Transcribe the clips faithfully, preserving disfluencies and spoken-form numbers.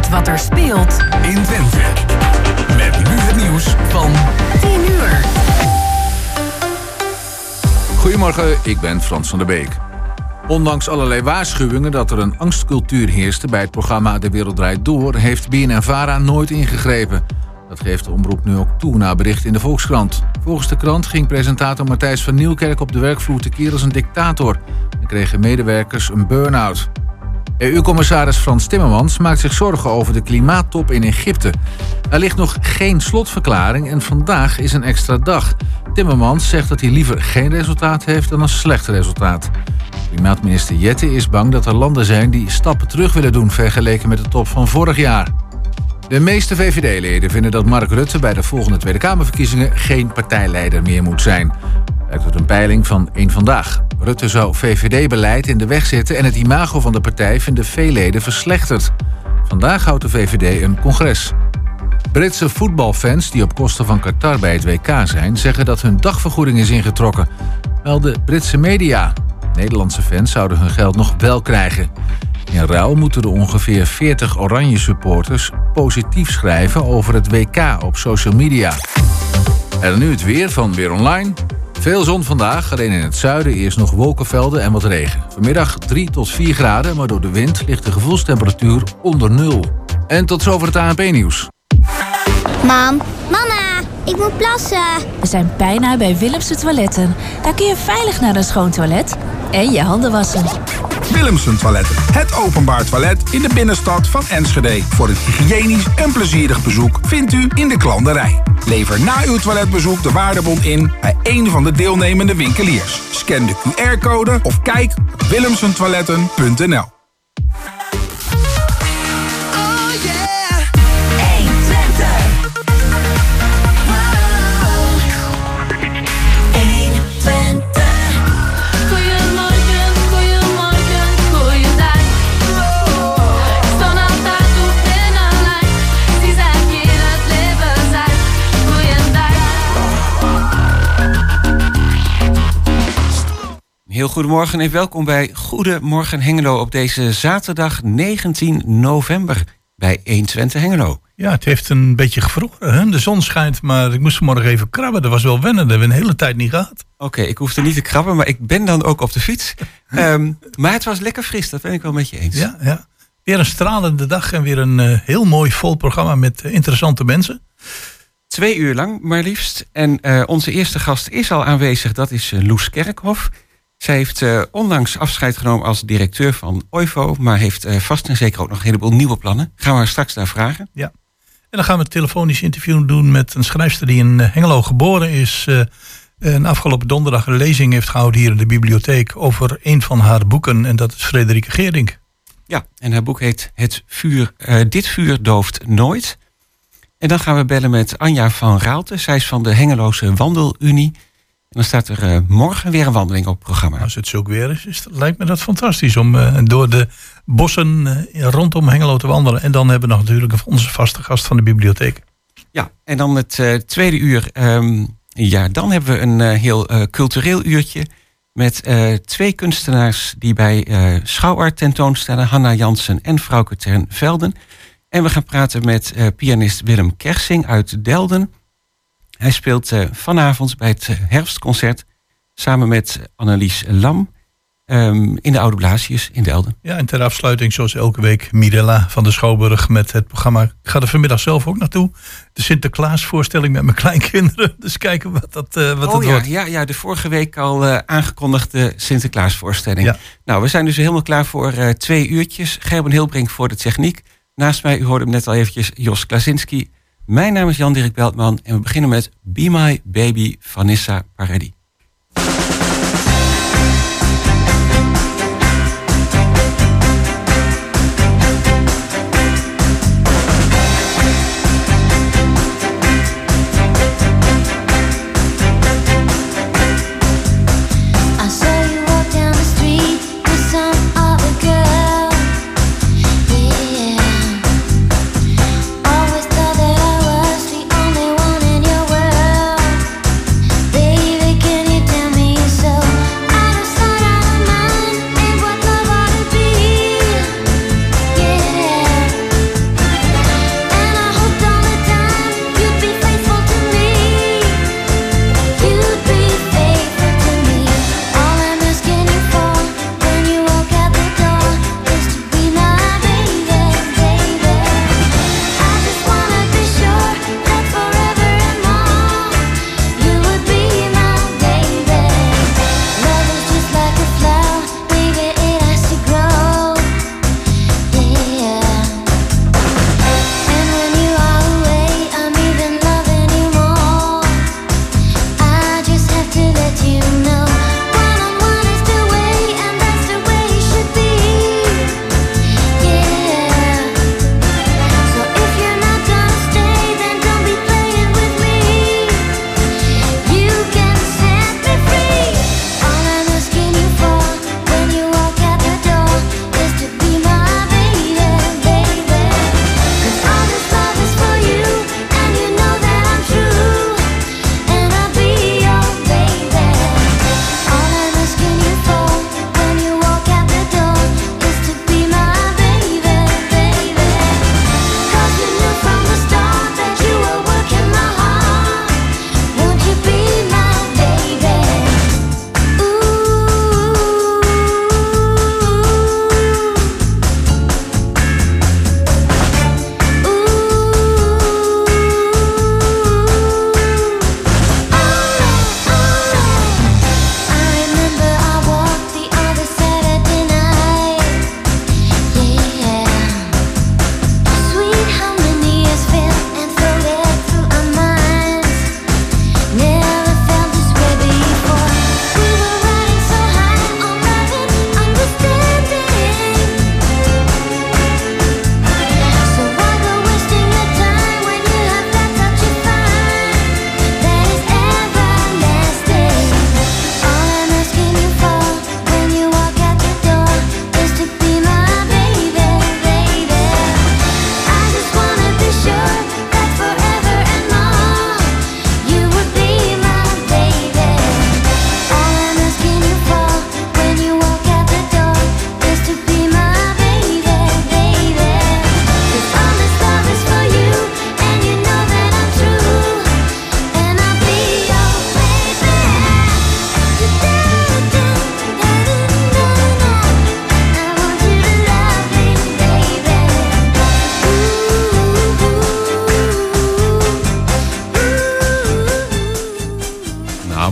weet wat er speelt in Twente. Met nu het nieuws van tien uur. Goedemorgen, ik ben Frans van der Beek. Ondanks allerlei waarschuwingen dat er een angstcultuur heerste bij het programma De Wereld Draait Door, heeft B N N Vara nooit ingegrepen. Dat geeft de omroep nu ook toe na bericht in de Volkskrant. Volgens de krant ging presentator Matthijs van Nieuwkerk op de werkvloer tekeer als een dictator en kregen medewerkers een burn-out. E U-commissaris Frans Timmermans maakt zich zorgen over de klimaattop in Egypte. Er ligt nog geen slotverklaring en vandaag is een extra dag. Timmermans zegt dat hij liever geen resultaat heeft dan een slecht resultaat. Klimaatminister Jette is bang dat er landen zijn die stappen terug willen doen vergeleken met de top van vorig jaar. De meeste V V D-leden vinden dat Mark Rutte bij de volgende Tweede Kamerverkiezingen geen partijleider meer moet zijn. Blijkt uit een peiling van Eén Vandaag. Rutte zou V V D-beleid in de weg zitten en het imago van de partij vinden veel leden verslechterd. Vandaag houdt de V V D een congres. Britse voetbalfans die op kosten van Qatar bij het W K zijn, zeggen dat hun dagvergoeding is ingetrokken. Wel de Britse media. Nederlandse fans zouden hun geld nog wel krijgen. In ruil moeten de ongeveer veertig oranje supporters positief schrijven over het W K op social media. En dan nu het weer van Weer Online. Veel zon vandaag, alleen in het zuiden eerst nog wolkenvelden en wat regen. Vanmiddag drie tot vier graden, maar door de wind ligt de gevoelstemperatuur onder nul. En tot zover het A N P-nieuws. Mam, mama, ik moet plassen. We zijn bijna bij Willemsen Toiletten. Daar kun je veilig naar een schoon toilet en je handen wassen. Willemsen Toiletten, het openbaar toilet in de binnenstad van Enschede. Voor een hygiënisch en plezierig bezoek vindt u in de klanderij. Lever na uw toiletbezoek de waardebon in bij een van de deelnemende winkeliers. Scan de Q R-code of kijk op willemsen toiletten punt n l. Heel goedemorgen en welkom bij Goedemorgen Hengelo op deze zaterdag negentien november bij honderdtwintig Hengelo. Ja, het heeft een beetje gevroren. Hè? De zon schijnt, maar ik moest vanmorgen even krabben. Dat was wel wennen, dat hebben we een hele tijd niet gehad. Oké, okay, ik hoefde niet te krabben, maar ik ben dan ook op de fiets. um, maar het was lekker fris, dat ben ik wel met je eens. Ja, ja. Weer een stralende dag en weer een uh, heel mooi vol programma met uh, interessante mensen. Twee uur lang maar liefst. En uh, onze eerste gast is al aanwezig, dat is uh, Loes Kerkhoff. Zij heeft uh, onlangs afscheid genomen als directeur van O I V O... maar heeft uh, vast en zeker ook nog een heleboel nieuwe plannen. Gaan we haar straks naar vragen. Ja. En dan gaan we een telefonisch interview doen met een schrijfster die in Hengelo geboren is. Uh, een afgelopen donderdag een lezing heeft gehouden hier in de bibliotheek over een van haar boeken. En dat is Frederike Geerdink. Ja, en haar boek heet Het vuur, uh, Dit vuur dooft nooit. En dan gaan we bellen met Anja van Raalte. Zij is van de Hengeloze Wandelunie. En dan staat er uh, morgen weer een wandeling op het programma. Als het zo ook weer is, is het, lijkt me dat fantastisch om uh, door de bossen uh, rondom Hengelo te wandelen. En dan hebben we nog natuurlijk onze vaste gast van de bibliotheek. Ja, en dan het uh, tweede uur. Um, ja, dan hebben we een uh, heel uh, cultureel uurtje met uh, twee kunstenaars die bij uh, Schouwart tentoonstellen. Hanna Jansen en Frauke ten Velden. En we gaan praten met uh, pianist Willem Kersing uit Delden. Hij speelt uh, vanavond bij het herfstconcert samen met Annelies Lam um, in de Oude Blasius in Delden. Ja, en ter afsluiting zoals elke week Mirella van de Schouwburg met het programma. Ik ga er vanmiddag zelf ook naartoe. De Sinterklaasvoorstelling met mijn kleinkinderen. Dus kijken wat dat, uh, wat oh, dat ja, wordt. Ja, ja, de vorige week al uh, aangekondigde Sinterklaasvoorstelling. Ja. Nou, we zijn dus helemaal klaar voor uh, twee uurtjes. Gerben Hilbrink voor de techniek. Naast mij, u hoorde hem net al eventjes, Jos Klasinski. Mijn naam is Jan-Dirk Beltman en we beginnen met Be My Baby Vanessa Paradis. Baby,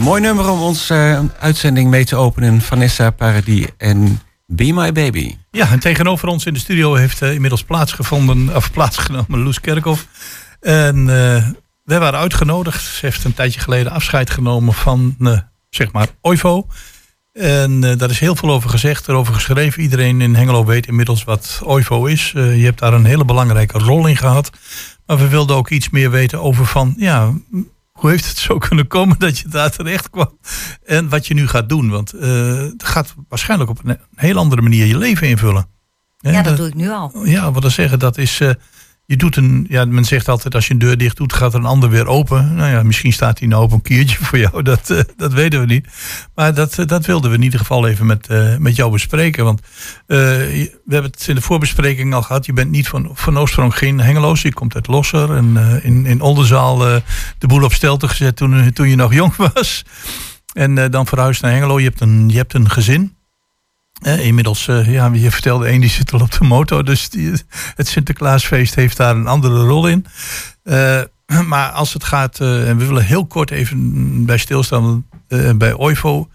Mooi nummer om onze uh, uitzending mee te openen. Vanessa Paradis en Be My Baby. Ja, en tegenover ons in de studio heeft uh, inmiddels plaatsgevonden, of plaatsgenomen Loes Kerkhoff. En uh, wij waren uitgenodigd. Ze heeft een tijdje geleden afscheid genomen van, uh, zeg maar, OIVO. En uh, daar is heel veel over gezegd, erover geschreven. Iedereen in Hengelo weet inmiddels wat OIVO is. Uh, je hebt daar een hele belangrijke rol in gehad. Maar we wilden ook iets meer weten over van, ja, hoe heeft het zo kunnen komen dat je daar terecht kwam? En wat je nu gaat doen. Want uh, het gaat waarschijnlijk op een heel andere manier je leven invullen. Ja, dat, dat doe ik nu al. Ja, wat dan zeggen, dat is... Uh, Je doet een, ja, men zegt altijd als je een deur dicht doet, gaat er een ander weer open. Nou ja, misschien staat die nou op een kiertje voor jou, dat, uh, dat weten we niet. Maar dat, uh, dat wilden we in ieder geval even met, uh, met jou bespreken. Want uh, we hebben het in de voorbespreking al gehad. Je bent niet van, van oorsprong geen Hengeloos. Je komt uit Losser en uh, in, in Oldenzaal uh, de boel op stelte gezet toen, toen je nog jong was. En uh, dan verhuisd naar Hengelo. Je hebt een, je hebt een gezin. Eh, inmiddels, uh, ja, je vertelde één die zit al op de motor. Dus die, het Sinterklaasfeest heeft daar een andere rol in. Uh, maar als het gaat, uh, en we willen heel kort even bij stilstaan uh, bij OIVO.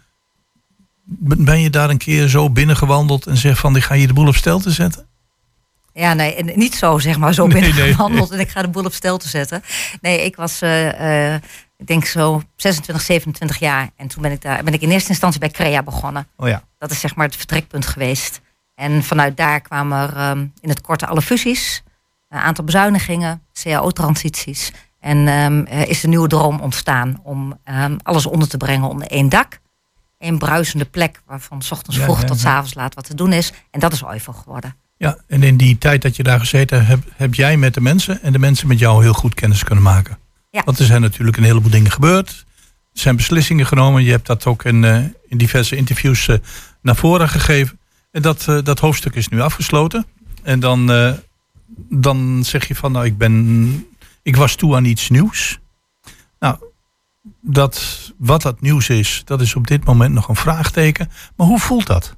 Ben je daar een keer zo binnengewandeld en zegt van ik ga hier de boel op stelte zetten? Ja, nee, niet zo zeg maar zo nee, binnengewandeld nee. en ik ga de boel op stelte zetten. Nee, ik was... Uh, uh, Ik denk zo zesentwintig, zevenentwintig jaar. En toen ben ik daar ben ik in eerste instantie bij Crea begonnen. Oh ja. Dat is zeg maar het vertrekpunt geweest. En vanuit daar kwamen er um, in het korte alle fusies. Een aantal bezuinigingen, C A O-transities. En um, is de nieuwe droom ontstaan om um, alles onder te brengen onder één dak. Een bruisende plek waarvan 's ochtends ja, vroeg ja, tot 's ja. avonds laat wat te doen is. En dat is OIVO geworden. Ja, en in die tijd dat je daar gezeten hebt, heb jij met de mensen en de mensen met jou heel goed kennis kunnen maken. Ja. Want er zijn natuurlijk een heleboel dingen gebeurd. Er zijn beslissingen genomen. Je hebt dat ook in, uh, in diverse interviews uh, naar voren gegeven. En dat, uh, dat hoofdstuk is nu afgesloten. En dan, uh, dan zeg je van, nou, ik ben, ik was toe aan iets nieuws. Nou, dat, wat dat nieuws is, dat is op dit moment nog een vraagteken. Maar hoe voelt dat?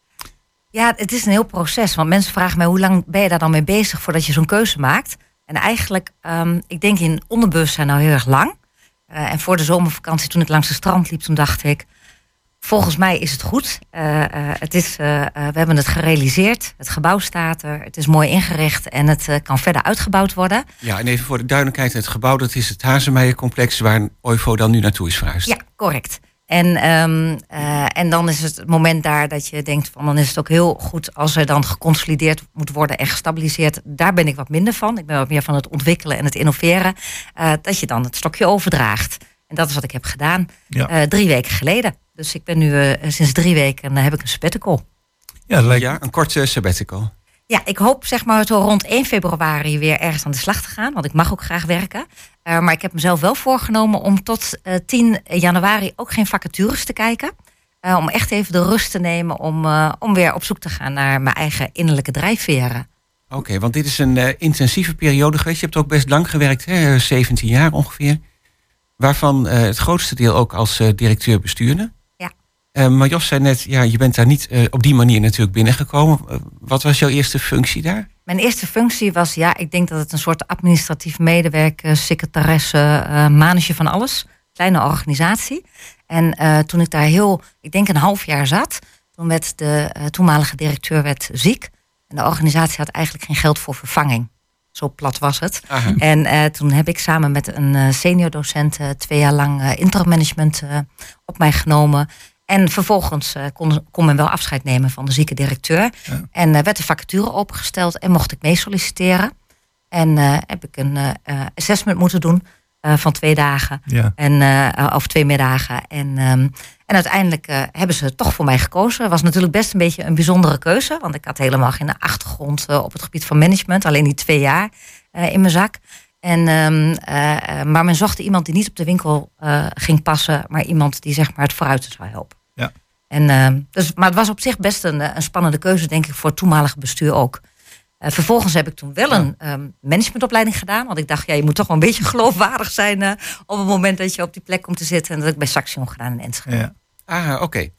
Ja, het is een heel proces. Want mensen vragen mij, hoe lang ben je daar dan mee bezig voordat je zo'n keuze maakt? En eigenlijk, um, ik denk in onderbewustzijn nou heel erg lang. Uh, en voor de zomervakantie, toen ik langs het strand liep, toen dacht ik, volgens mij is het goed. Uh, uh, het is, uh, uh, we hebben het gerealiseerd. Het gebouw staat er. Het is mooi ingericht en het uh, kan verder uitgebouwd worden. Ja, en even voor de duidelijkheid, het gebouw, dat is het Hazemeijer-complex waar OIVO dan nu naartoe is verhuisd. Ja, correct. En, um, uh, en dan is het het moment daar dat je denkt van, dan is het ook heel goed als er dan geconsolideerd moet worden en gestabiliseerd. Daar ben ik wat minder van. Ik ben wat meer van het ontwikkelen en het innoveren. Uh, dat je dan het stokje overdraagt. En dat is wat ik heb gedaan. Ja. Uh, drie weken geleden. Dus ik ben nu uh, sinds drie weken uh, heb ik een sabbatical. Ja, dat lijkt... ja, een korte sabbatical. Ja, ik hoop zeg maar zo rond één februari weer ergens aan de slag te gaan. Want ik mag ook graag werken. Uh, maar ik heb mezelf wel voorgenomen om tot uh, tien januari ook geen vacatures te kijken. Uh, om echt even de rust te nemen om, uh, om weer op zoek te gaan naar mijn eigen innerlijke drijfveren. Oké, okay, want dit is een uh, intensieve periode geweest. Je hebt ook best lang gewerkt, hè? zeventien jaar ongeveer. Waarvan uh, het grootste deel ook als uh, directeur bestuurde. Ja. Uh, maar Jos zei net, ja, je bent daar niet uh, op die manier natuurlijk binnengekomen. Uh, wat was jouw eerste functie daar? Mijn eerste functie was, ja, ik denk dat het een soort administratief medewerker, secretaresse, uh, manager van alles. Kleine organisatie. En uh, toen ik daar heel, ik denk een half jaar zat, toen werd de uh, toenmalige directeur werd ziek. En de organisatie had eigenlijk geen geld voor vervanging. Zo plat was het. Aha. En uh, toen heb ik samen met een uh, senior docent uh, twee jaar lang uh, interimmanagement uh, op mij genomen. En vervolgens uh, kon, kon men wel afscheid nemen van de zieke directeur. Ja. En uh, werd de vacature opengesteld en mocht ik mee solliciteren. En uh, heb ik een uh, assessment moeten doen uh, van twee dagen. Ja. En, uh, of twee middagen. En, um, en uiteindelijk uh, hebben ze toch voor mij gekozen. Het was natuurlijk best een beetje een bijzondere keuze. Want ik had helemaal geen achtergrond uh, op het gebied van management. Alleen die twee jaar uh, in mijn zak. En, um, uh, maar men zocht iemand die niet op de winkel uh, ging passen. Maar iemand die zeg maar het vooruit zou helpen. Ja. En, uh, dus, maar het was op zich best een, een spannende keuze, denk ik, voor het toenmalige bestuur ook. Uh, vervolgens heb ik toen wel een um, managementopleiding gedaan. Want ik dacht, ja, je moet toch wel een beetje geloofwaardig zijn uh, op het moment dat je op die plek komt te zitten. En dat heb ik bij Saxion gedaan in Enschede. Ja. Ah, oké. Okay.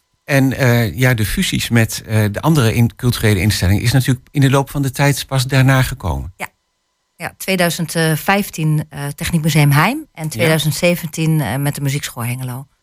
En uh, ja, de fusies met uh, de andere in culturele instellingen is natuurlijk in de loop van de tijd pas daarna gekomen. Ja. Ja, twintig vijftien uh, Techniek Museum Heim en twintig zeventien uh, met de Muziekschool Hengelo.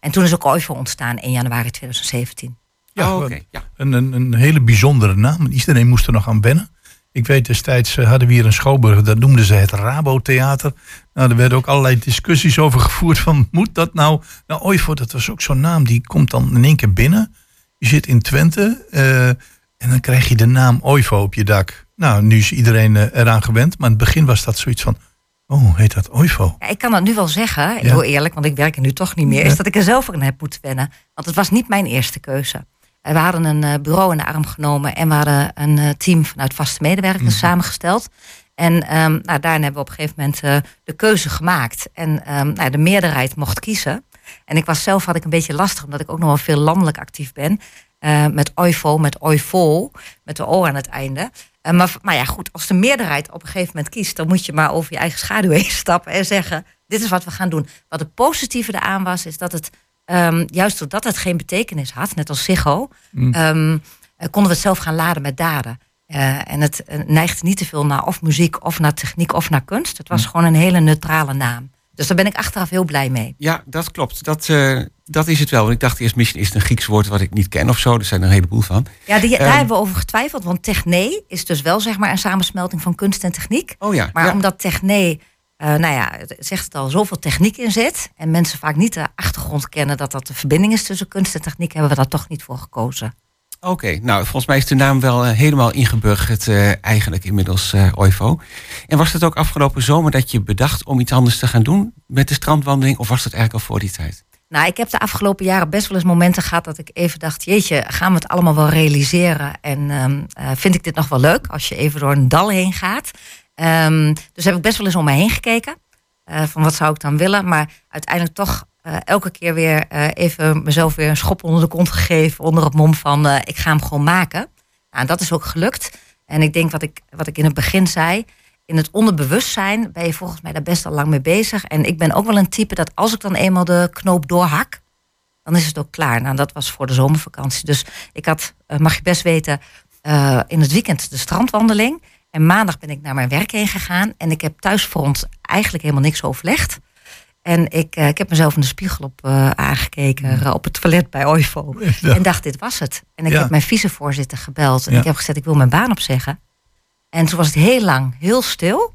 En toen is ook Oifo ontstaan in januari tweeduizend zeventien. Ja, oh, okay. ja. Een, een, een hele bijzondere naam. Iedereen moest er nog aan wennen. Ik weet destijds uh, hadden we hier in Schouwburg, dat noemden ze het Rabo-theater. Nou, er werden ook allerlei discussies over gevoerd van, moet dat nou? Nou, Oifo, dat was ook zo'n naam, die komt dan in één keer binnen. Je zit in Twente uh, en dan krijg je de naam Oifo op je dak. Nou, nu is iedereen uh, eraan gewend, maar in het begin was dat zoiets van, oh, heet dat Oifo? Ja, ik kan dat nu wel zeggen, Ja. heel eerlijk, want ik werk er nu toch niet meer, Ja. is dat ik er zelf aan heb moeten wennen. Want het was niet mijn eerste keuze. Uh, We hadden een uh, bureau in de arm genomen en we hadden een uh, team vanuit vaste medewerkers Mhm. samengesteld. En um, nou, daarin hebben we op een gegeven moment uh, de keuze gemaakt. En um, nou, de meerderheid mocht kiezen. En ik was zelf, had ik een beetje lastig, omdat ik ook nog wel veel landelijk actief ben. Uh, met Oifo, met Oifo, met de O aan het einde. Uh, maar, maar ja, goed, als de meerderheid op een gegeven moment kiest, dan moet je maar over je eigen schaduw heen stappen en zeggen, dit is wat we gaan doen. Wat het positieve eraan was, is dat het, um, juist doordat het geen betekenis had, net als Ziggo, Mm. um, uh, konden we het zelf gaan laden met daden. Uh, en het uh, neigt niet te veel naar of muziek, of naar techniek, of naar kunst. Het was Mm. gewoon een hele neutrale naam. Dus daar ben ik achteraf heel blij mee. Ja, dat klopt. Dat, uh, dat is het wel. Want ik dacht eerst, misschien is het een Grieks woord wat ik niet ken of zo. Er zijn er een heleboel van. Ja, die, daar Um, hebben we over getwijfeld. Want techné is dus wel zeg maar een samensmelting van kunst en techniek. Oh ja. Maar ja. omdat techné, uh, nou ja, het zegt het al, zoveel techniek in zit. En mensen vaak niet de achtergrond kennen dat dat de verbinding is tussen kunst en techniek, hebben we daar toch niet voor gekozen. Oké, okay, nou volgens mij is de naam wel uh, helemaal ingeburgerd uh, eigenlijk inmiddels uh, Oifo. En was het ook afgelopen zomer dat je bedacht om iets anders te gaan doen met de strandwandeling? Of was dat eigenlijk al voor die tijd? Nou, ik heb de afgelopen jaren best wel eens momenten gehad dat ik even dacht, jeetje, gaan we het allemaal wel realiseren? En um, uh, vind ik dit nog wel leuk als je even door een dal heen gaat? Um, dus heb ik best wel eens om me heen gekeken. Uh, van wat zou ik dan willen? Maar uiteindelijk toch uh, elke keer weer uh, even mezelf weer een schop onder de kont gegeven. Onder het mom van uh, ik ga hem gewoon maken. Nou, en dat is ook gelukt. En ik denk wat ik, wat ik in het begin zei. In het onderbewustzijn ben je volgens mij daar best al lang mee bezig. En ik ben ook wel een type dat als ik dan eenmaal de knoop doorhak, dan is het ook klaar. Nou, dat was voor de zomervakantie. Dus ik had, uh, mag je best weten, uh, in het weekend de strandwandeling. En maandag ben ik naar mijn werk heen gegaan. En ik heb thuisfront eigenlijk helemaal niks overlegd. En ik, uh, ik heb mezelf in de spiegel op uh, aangekeken uh, op het toilet bij Oifo. Ja. En dacht, dit was het. En ik Ja. heb mijn vicevoorzitter gebeld. En Ja. ik heb gezegd, ik wil mijn baan opzeggen. En toen was het heel lang heel stil.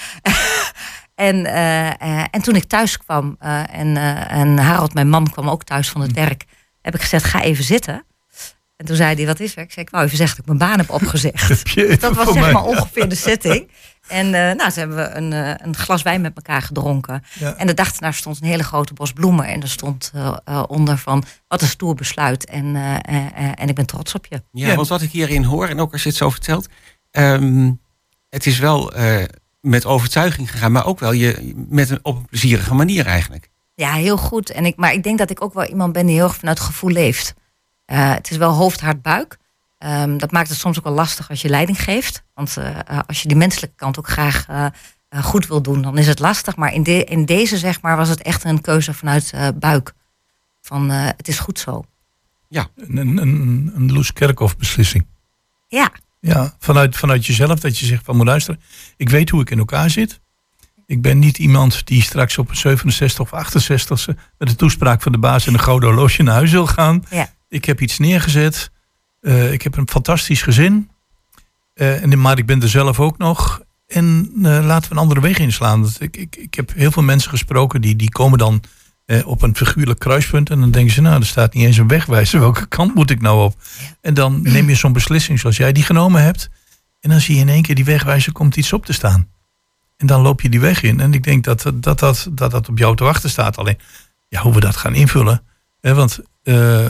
en, uh, uh, en toen ik thuis kwam, uh, en, uh, en Harold, mijn man, kwam ook thuis van het werk, heb ik gezegd, ga even zitten. En toen zei hij, wat is er? Ik zei, ik wou even zeggen dat ik mijn baan heb opgezegd. Heb je even Dat was voor zeg mij. maar ongeveer de setting. En uh, nou, toen hebben we een, uh, een glas wijn met elkaar gedronken. Ja. En de dag daarna stond een hele grote bos bloemen. En er stond uh, uh, onder van, wat een stoer besluit. En, uh, uh, uh, en ik ben trots op je. Ja, Ja. want wat ik hierin hoor, en ook als je het zo vertelt, um, het is wel uh, met overtuiging gegaan, maar ook wel je, met een, op een plezierige manier eigenlijk. Ja, heel goed. En ik, maar ik denk dat ik ook wel iemand ben die heel erg vanuit gevoel leeft. Uh, het is wel hoofd, hart, buik. Um, dat maakt het soms ook wel lastig als je leiding geeft. Want uh, als je die menselijke kant ook graag uh, uh, goed wil doen, dan is het lastig. Maar in, de, in deze zeg maar was het echt een keuze vanuit uh, buik. Van uh, het is goed zo. Een, een, een, een Loes Kerkhoff beslissing. Ja, Ja, vanuit, vanuit jezelf, dat je zegt van moet luisteren. Ik weet hoe ik in elkaar zit. Ik ben niet iemand die straks op een zevenenzestig of achtenzestigste met de toespraak van de baas en een gouden horloge naar huis wil gaan. ja. Ik heb iets neergezet. Uh, ik heb een fantastisch gezin. Uh, en, maar ik ben er zelf ook nog. En uh, laten we een andere weg inslaan. Dat ik, ik, ik heb heel veel mensen gesproken die, die komen dan uh, op een figuurlijk kruispunt. En dan denken ze, nou, er staat niet eens een wegwijzer. Welke kant moet ik nou op? Ja. En dan neem je zo'n beslissing zoals jij die genomen hebt. En dan zie je in één keer die wegwijzer komt iets op te staan. En dan loop je die weg in. En ik denk dat dat, dat, dat, dat, dat op jou te wachten staat. Alleen, ja, hoe we dat gaan invullen. Hè, want uh,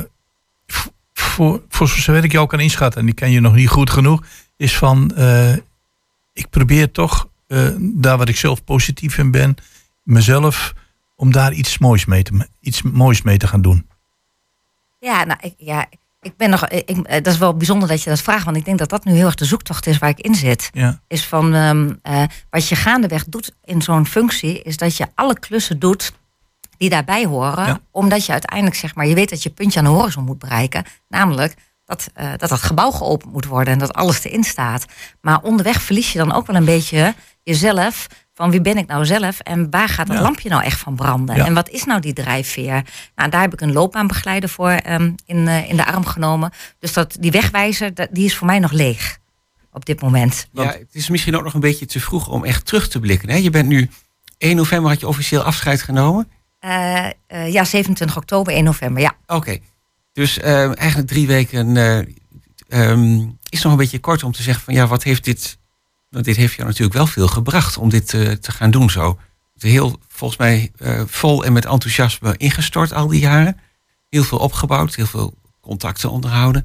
voor, voor zover ik jou kan inschatten, en ik ken je nog niet goed genoeg, is van, uh, ik probeer toch, uh, daar wat ik zelf positief in ben, mezelf, om daar iets moois mee te, iets moois mee te gaan doen. Ja, nou, ik, ja, ik ben nog. Ik, dat is wel bijzonder dat je dat vraagt, want ik denk dat dat nu heel erg de zoektocht is waar ik in zit. Ja. Is van um, uh, wat je gaandeweg doet in zo'n functie, is dat je alle klussen doet die daarbij horen, Ja. omdat je uiteindelijk zeg maar, je weet dat je puntje aan de horizon moet bereiken, namelijk dat uh, dat, dat gebouw geopend moet worden en dat alles erin staat. Maar onderweg verlies je dan ook wel een beetje jezelf van wie ben ik nou zelf en waar gaat dat Ja. lampje nou echt van branden? Ja. En wat is nou die drijfveer? Nou, daar heb ik een loopbaanbegeleider voor um, in, uh, in de arm genomen. Dus dat, die wegwijzer, dat, die is voor mij nog leeg op dit moment. Ja, het is misschien ook nog een beetje te vroeg om echt terug te blikken. Hè? Je bent nu één november had je officieel afscheid genomen. Uh, uh, ja, zevenentwintig oktober, één november, ja. Oké, okay. dus uh, eigenlijk drie weken uh, um, is nog een beetje kort om te zeggen van ja, wat heeft dit... Want dit heeft jou natuurlijk wel veel gebracht om dit uh, te gaan doen zo. Heel, volgens mij, uh, vol en met enthousiasme ingestort al die jaren. Heel veel opgebouwd, heel veel contacten onderhouden.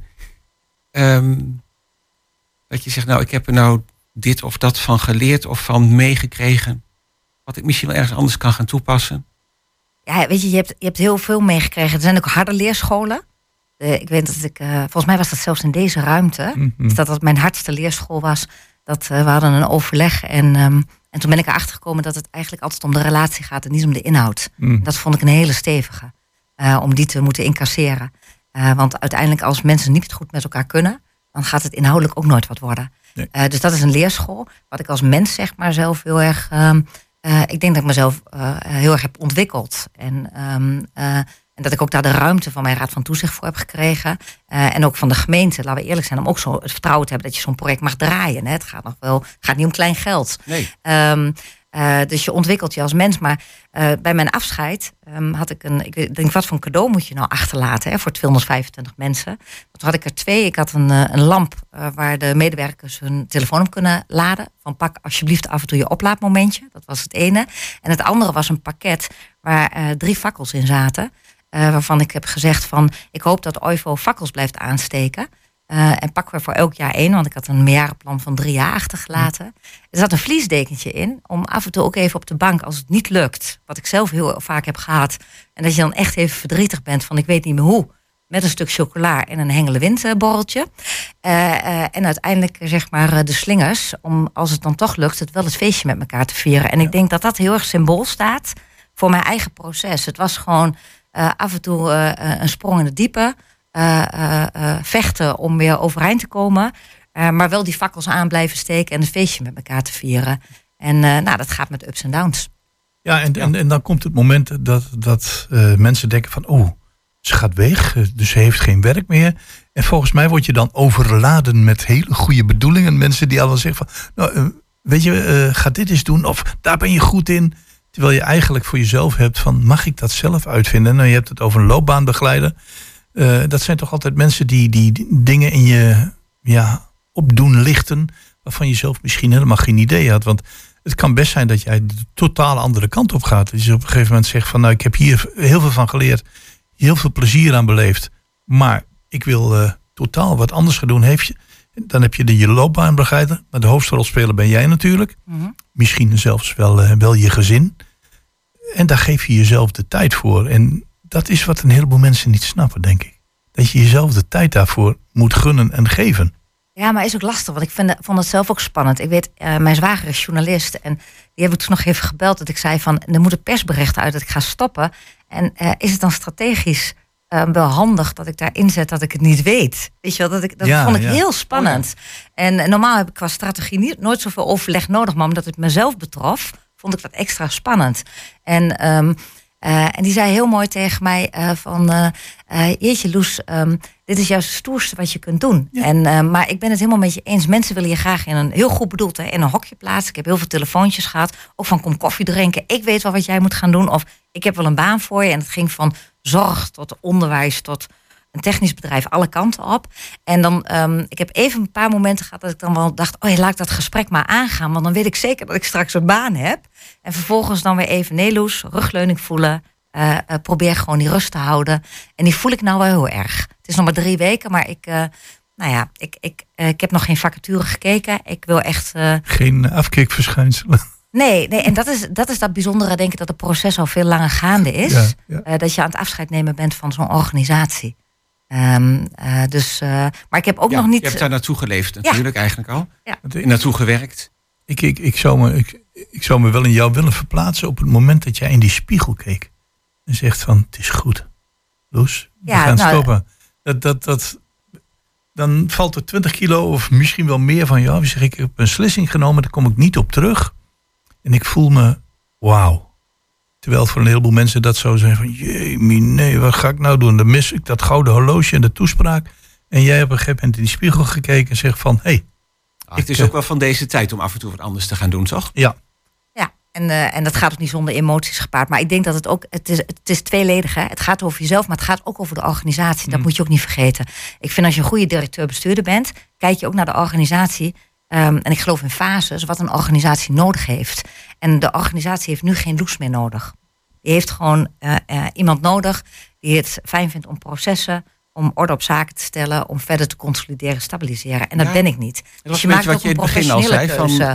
Um, dat je zegt, nou, ik heb er nou dit of dat van geleerd of van meegekregen. Wat ik misschien wel ergens anders kan gaan toepassen. Ja, weet je, je hebt, je hebt heel veel meegekregen. Er zijn ook harde leerscholen. Uh, ik weet dat ik, uh, volgens mij was dat zelfs in deze ruimte. Mm-hmm. Dus dat dat mijn hardste leerschool was. Dat uh, we hadden een overleg en, um, en toen ben ik erachter gekomen dat het eigenlijk altijd om de relatie gaat en niet om de inhoud. Mm. Dat vond ik een hele stevige, uh, om die te moeten incasseren. Uh, want uiteindelijk als mensen niet goed met elkaar kunnen, dan gaat het inhoudelijk ook nooit wat worden. Nee. Uh, dus dat is een leerschool. Wat ik als mens zeg maar zelf heel erg, um, uh, ik denk dat ik mezelf uh, heel erg heb ontwikkeld. En um, uh, En dat ik ook daar de ruimte van mijn Raad van Toezicht voor heb gekregen. Uh, en ook van de gemeente, laten we eerlijk zijn, om ook zo het vertrouwen te hebben dat je zo'n project mag draaien. Hè. Het gaat nog wel, het gaat niet om klein geld. Nee. Um, uh, dus je ontwikkelt je als mens. Maar uh, bij mijn afscheid um, had ik een, ik denk, wat voor een cadeau moet je nou achterlaten hè, voor tweehonderdvijfentwintig mensen. Toen had ik er twee. Ik had een, uh, een lamp uh, waar de medewerkers hun telefoon op kunnen laden. Van pak alsjeblieft af en toe je oplaadmomentje. Dat was het ene. En het andere was een pakket waar uh, drie fakkels in zaten. Uh, waarvan ik heb gezegd van, ik hoop dat OIVO fakkels blijft aansteken. Uh, en pakken we voor elk jaar één, want ik had een meerjarenplan van drie jaar achtergelaten. Mm. Er zat een vliesdekentje in, om af en toe ook even op de bank, als het niet lukt, wat ik zelf heel vaak heb gehad, en dat je dan echt even verdrietig bent van, ik weet niet meer hoe, met een stuk chocola en een hengelewindborreltje. Uh, uh, en uiteindelijk zeg maar de slingers, om als het dan toch lukt, het wel het feestje met elkaar te vieren. En ja. ik denk dat dat heel erg symbool staat voor mijn eigen proces. Het was gewoon Uh, af en toe uh, een sprong in het diepe. Uh, uh, uh, vechten om weer overeind te komen. Uh, maar wel die fakkels aan blijven steken en een feestje met elkaar te vieren. En uh, nou, dat gaat met ups en downs. Ja, en, ja. en, en dan komt het moment dat, dat uh, mensen denken van, oh, ze gaat weg, dus ze heeft geen werk meer. En volgens mij word je dan overladen met hele goede bedoelingen. Mensen die allemaal zeggen van, nou, uh, weet je, uh, ga dit eens doen. Of daar ben je goed in. Terwijl je eigenlijk voor jezelf hebt van, mag ik dat zelf uitvinden? Nou, je hebt het over een loopbaanbegeleider. Uh, dat zijn toch altijd mensen die, die, die dingen in je ja, opdoen lichten, waarvan je zelf misschien helemaal geen idee had. Want het kan best zijn dat jij de totale andere kant op gaat. Dat je op een gegeven moment zegt van, nou, ik heb hier heel veel van geleerd, heel veel plezier aan beleefd, maar ik wil uh, totaal wat anders gaan doen. Heeft je, dan heb je de je loopbaanbegeleider, maar de hoofdrolspeler ben jij natuurlijk. Mm-hmm. Misschien zelfs wel, uh, wel je gezin. En daar geef je jezelf de tijd voor. En dat is wat een heleboel mensen niet snappen, denk ik. Dat je jezelf de tijd daarvoor moet gunnen en geven. Ja, maar is ook lastig, want ik vind, vond het zelf ook spannend. Ik weet, uh, mijn zwager is journalist en die heb ik toen nog even gebeld. Dat ik zei van, er moeten persberichten uit dat ik ga stoppen. En uh, is het dan strategisch uh, wel handig dat ik daarin zet dat ik het niet weet? Weet je wel, dat, ik, dat ja, vond ik ja. heel spannend. Oh, ja. En uh, normaal heb ik qua strategie niet, nooit zoveel overleg nodig, maar omdat het mezelf betrof, vond ik dat extra spannend. En, um, uh, en die zei heel mooi tegen mij uh, van, uh, uh, jeetje Loes, um, dit is juist het stoerste wat je kunt doen. Ja. En, uh, maar ik ben het helemaal met je eens. Mensen willen je graag in een, heel goed bedoeld, hè, in een hokje plaatsen. Ik heb heel veel telefoontjes gehad. Ook van, kom koffie drinken. Ik weet wel wat jij moet gaan doen. Of ik heb wel een baan voor je. En het ging van zorg tot onderwijs tot een technisch bedrijf, alle kanten op. En dan, um, ik heb even een paar momenten gehad dat ik dan wel dacht, oh ja, laat ik dat gesprek maar aangaan, want dan weet ik zeker dat ik straks een baan heb. En vervolgens dan weer even, nee Loes, rugleuning voelen, uh, uh, probeer gewoon die rust te houden. En die voel ik nou wel heel erg. Het is nog maar drie weken, maar ik, uh, nou ja, ik, ik, uh, ik heb nog geen vacature gekeken. Ik wil echt... Uh, geen afkikverschijnselen. Nee, nee, en dat is, dat is dat bijzondere, denk ik, dat het proces al veel langer gaande is. Ja, ja. Uh, dat je aan het afscheid nemen bent van zo'n organisatie. Um, uh, dus, uh, maar ik heb ook ja, nog niet... Je hebt daar naartoe geleefd natuurlijk, ja. eigenlijk al. Ja. Naartoe gewerkt. Ik, ik, ik, zou me, ik, ik zou me wel in jou willen verplaatsen op het moment dat jij in die spiegel keek. En zegt van, het is goed. Loes, we ja, gaan nou, stoppen. Dat, dat, dat, dan valt er twintig kilo of misschien wel meer van jou. Dan zeg ik, ik heb een beslissing genomen, daar kom ik niet op terug. En ik voel me, wauw. Terwijl voor een heleboel mensen dat zo zijn van... jee, nee, wat ga ik nou doen? Dan mis ik dat gouden horloge en de toespraak. En jij hebt op een gegeven moment in die spiegel gekeken en zegt van... Hey, ah, het is ook wel van deze tijd om af en toe wat anders te gaan doen, toch? Ja. Ja, en, uh, en dat gaat ook niet zonder emoties gepaard. Maar ik denk dat het ook... Het is, het is tweeledig, hè. Het gaat over jezelf, maar het gaat ook over de organisatie. Dat mm. moet je ook niet vergeten. Ik vind als je een goede directeur-bestuurder bent... kijk je ook naar de organisatie... Um, en ik geloof in fases, wat een organisatie nodig heeft. En de organisatie heeft nu geen loes meer nodig. Die heeft gewoon uh, uh, iemand nodig die het fijn vindt om processen... om orde op zaken te stellen, om verder te consolideren, stabiliseren. En dat ja, ben ik niet. Dat dus je maakt wat je in het begin al zei, van, uh,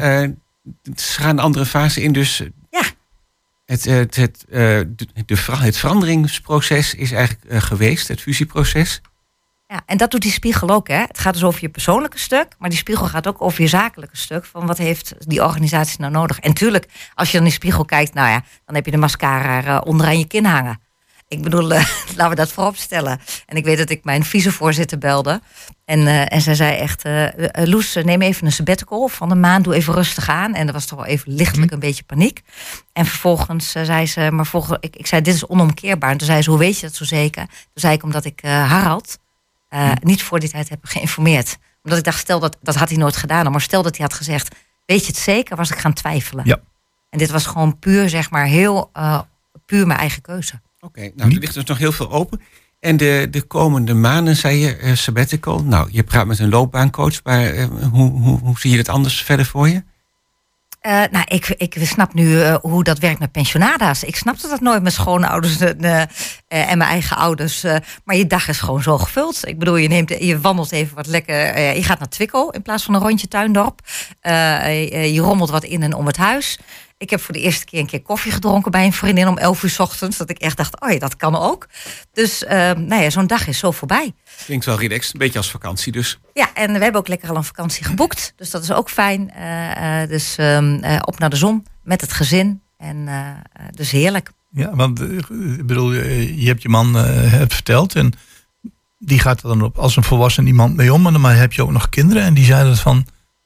ze gaan een andere fase in. Dus ja. het, het, het, uh, de, de, het veranderingsproces is eigenlijk uh, geweest, het fusieproces. Ja, en dat doet die spiegel ook. Hè. Het gaat dus over je persoonlijke stuk, maar die spiegel gaat ook over je zakelijke stuk. Van wat heeft die organisatie nou nodig? En tuurlijk, als je dan in die spiegel kijkt, nou ja, dan heb je de mascara uh, onderaan je kin hangen. Ik bedoel, uh, laten we dat voorop stellen. En ik weet dat ik mijn vicevoorzitter belde. En, uh, en zij zei echt, uh, uh, Loes, neem even een sabbatical van een maand. Doe even rustig aan. En er was toch wel even lichtelijk een beetje paniek. En vervolgens uh, zei ze, maar volgens, ik, ik zei, dit is onomkeerbaar. En toen zei ze, hoe weet je dat zo zeker? Toen zei ik, omdat ik uh, Harald uh, niet voor die tijd heb geïnformeerd. Omdat ik dacht, stel dat, dat had hij nooit gedaan. Maar stel dat hij had gezegd, weet je het zeker? Was ik gaan twijfelen. Ja. En dit was gewoon puur, zeg maar, heel uh, puur mijn eigen keuze. Oké, okay, nou, er ligt dus nog heel veel open. En de, de komende maanden, zei je, uh, sabbatical. Nou, je praat met een loopbaancoach, maar uh, hoe, hoe, hoe zie je dat anders verder voor je? Uh, nou, ik, ik snap nu uh, hoe dat werkt met pensionada's. Ik snapte dat nooit met schoonouders uh, uh, en mijn eigen ouders. Uh, maar je dag is gewoon zo gevuld. Ik bedoel, je, neemt, je wandelt even wat lekker. Uh, je gaat naar Twickel in plaats van een rondje Tuindorp. Uh, uh, je rommelt wat in en om het huis. Ik heb voor de eerste keer een keer koffie gedronken bij een vriendin om elf uur 's ochtends. Dat ik echt dacht, oh ja, dat kan ook. Dus uh, nou ja, zo'n dag is zo voorbij. Klinkt wel relaxed, een beetje als vakantie dus. Ja, en we hebben ook lekker al een vakantie geboekt. Dus dat is ook fijn. Uh, uh, dus um, uh, op naar de zon met het gezin. En uh, dus heerlijk. Ja, want uh, ik bedoel, je hebt je man uh, het verteld. En die gaat er dan op als een volwassen iemand mee om. Maar dan heb je ook nog kinderen. En die zeiden van...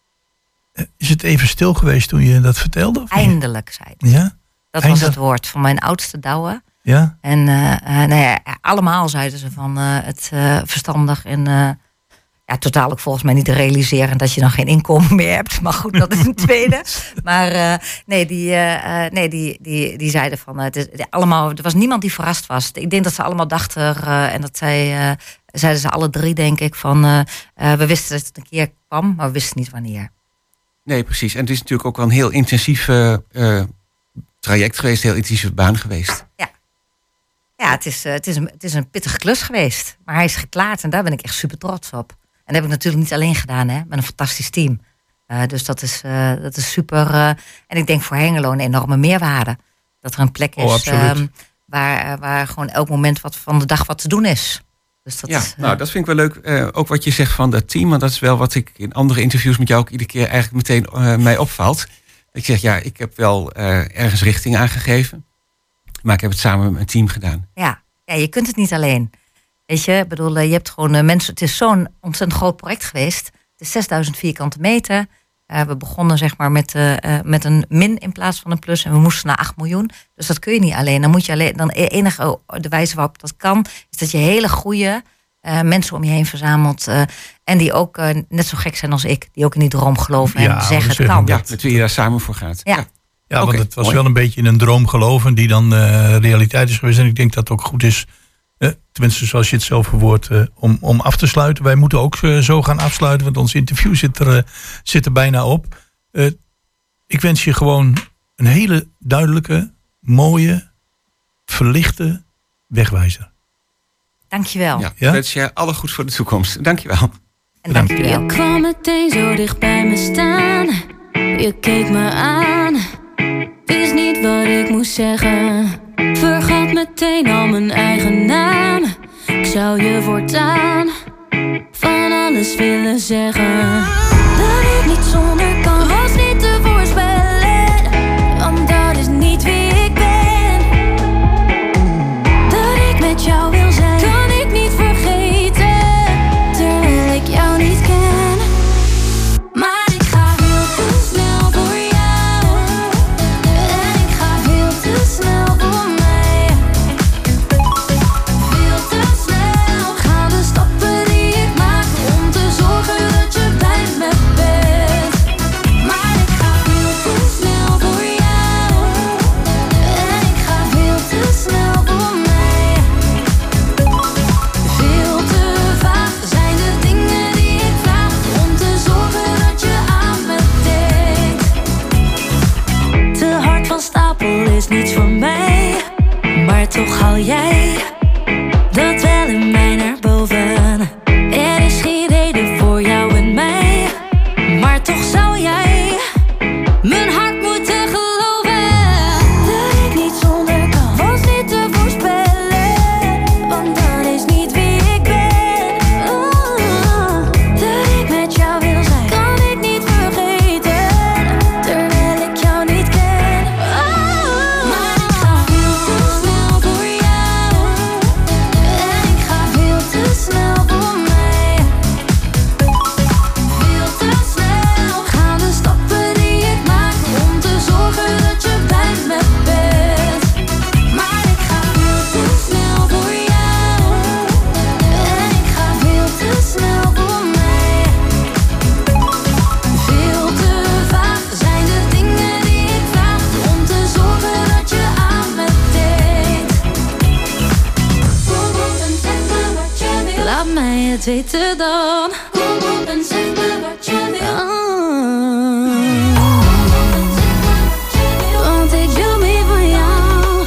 Is het even stil geweest toen je dat vertelde? Of Eindelijk, zei ik. Ja? Dat Eindelijk. was het woord van mijn oudste Douwe. Ja? En uh, uh, nou ja, allemaal zeiden ze van uh, het uh, verstandig en uh, ja, totaal ook volgens mij niet te realiseren dat je dan geen inkomen meer hebt. Maar goed, dat is een tweede. Maar uh, nee, die, uh, nee die, die, die zeiden van uh, het is, allemaal, er was niemand die verrast was. Ik denk dat ze allemaal dachten uh, en dat zij, uh, zeiden ze alle drie denk ik van uh, uh, we wisten dat het een keer kwam, maar we wisten niet wanneer. Nee, precies. En het is natuurlijk ook wel een heel intensief uh, uh, traject geweest, een heel intensieve baan geweest. Ja, ja het, is, uh, het, is een, het is een pittige klus geweest. Maar hij is geklaard en daar ben ik echt super trots op. En dat heb ik natuurlijk niet alleen gedaan, hè, met een fantastisch team. Uh, dus dat is, uh, dat is super. Uh, en ik denk voor Hengelo een enorme meerwaarde. Dat er een plek is oh, um, waar, waar gewoon elk moment wat van de dag wat te doen is. Dus dat ja, is, uh... nou, dat vind ik wel leuk. Uh, ook wat je zegt van dat team. Want dat is wel wat ik in andere interviews met jou ook iedere keer eigenlijk meteen uh, mij opvalt. Ik zeg, ja, ik heb wel uh, ergens richting aangegeven. Maar ik heb het samen met mijn team gedaan. Ja, ja je kunt het niet alleen. Weet je, ik bedoel, je hebt gewoon uh, mensen. Het is zo'n ontzettend groot project geweest. Het is zesduizend vierkante meter. Uh, we begonnen zeg maar met, uh, uh, met een min in plaats van een plus. En we moesten naar acht miljoen. Dus dat kun je niet alleen. Dan moet je alleen. Dan de enige de wijze waarop dat kan, is dat je hele goede uh, mensen om je heen verzamelt. Uh, en die ook uh, net zo gek zijn als ik. Die ook in die droom geloven ja, en zeggen het kan. Ja, met wie je daar samen voor gaat. Ja. ja. Ja, okay, want het was mooi. wel een beetje in een droom geloven die dan uh, realiteit is geweest. En ik denk dat het ook goed is, uh, tenminste zoals je het zelf verwoordt, uh, om, om af te sluiten. Wij moeten ook uh, zo gaan afsluiten, want ons interview zit er, uh, zit er bijna op. Uh, ik wens je gewoon een hele duidelijke, mooie, verlichte wegwijzer. Dankjewel. Ja, ja? wens je alle goeds voor de toekomst. Dankjewel. En dankjewel. Je kwam meteen zo dicht bij me staan. Je keek me aan. Wist niet wat ik moest zeggen. Vergat meteen al mijn eigen naam. Ik zou je voortaan van alles willen zeggen. Dat ik niet zonder kan, was niet te voorspellen. Want dat is niet wie ik ben. Dat ik met jou wil zijn, kan ik niet vergeten. Terwijl ik jou niet ken. Maar ik ga heel te snel voor jou. is niets voor mij. Maar toch haal jij dat wel in mij naar boven. Er is geen reden voor jou en mij, maar toch zou jij mijn hart moeten geloven. Dat ik niet zonder kan, was niet te voorspellen, want dat is niet wie ik ben. Oh, dat ik met jou wil zijn, kan ik niet vergeten, terwijl ik jou niet ken. Oh, maar ik ga veel te snel voor jou, en ik ga veel te snel voor mij. Veel te snel gaan de stappen die ik maak om te zorgen dat je bij me bent. Maar ik ga veel te snel voor jou, en ik ga veel te snel voor mij. Veel te vaak zijn de dingen die ik vraag om te zorgen dat je aan me denkt. Kom op en zeg me wat je wil. Laat mij het weten dan. Kom op en zeg me wat je wil. Want ik wil meer van jou.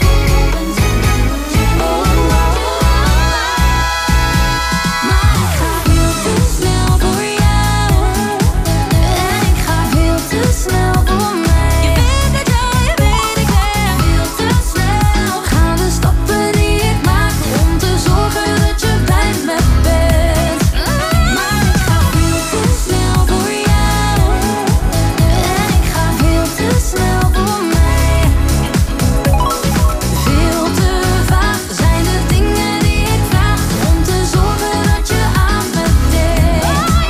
Maar ik ga veel te snel voor jou, en ik ga veel te snel voor mij. Je weet het wel, je weet ik wel. Veel te snel gaan de stappen die ik maak om te zorgen dat je bij me bent. Maar ik ga veel te snel voor jou, en ik ga veel te snel voor mij. Veel te vaak zijn de dingen die ik vraag om te zorgen dat je aan me denkt.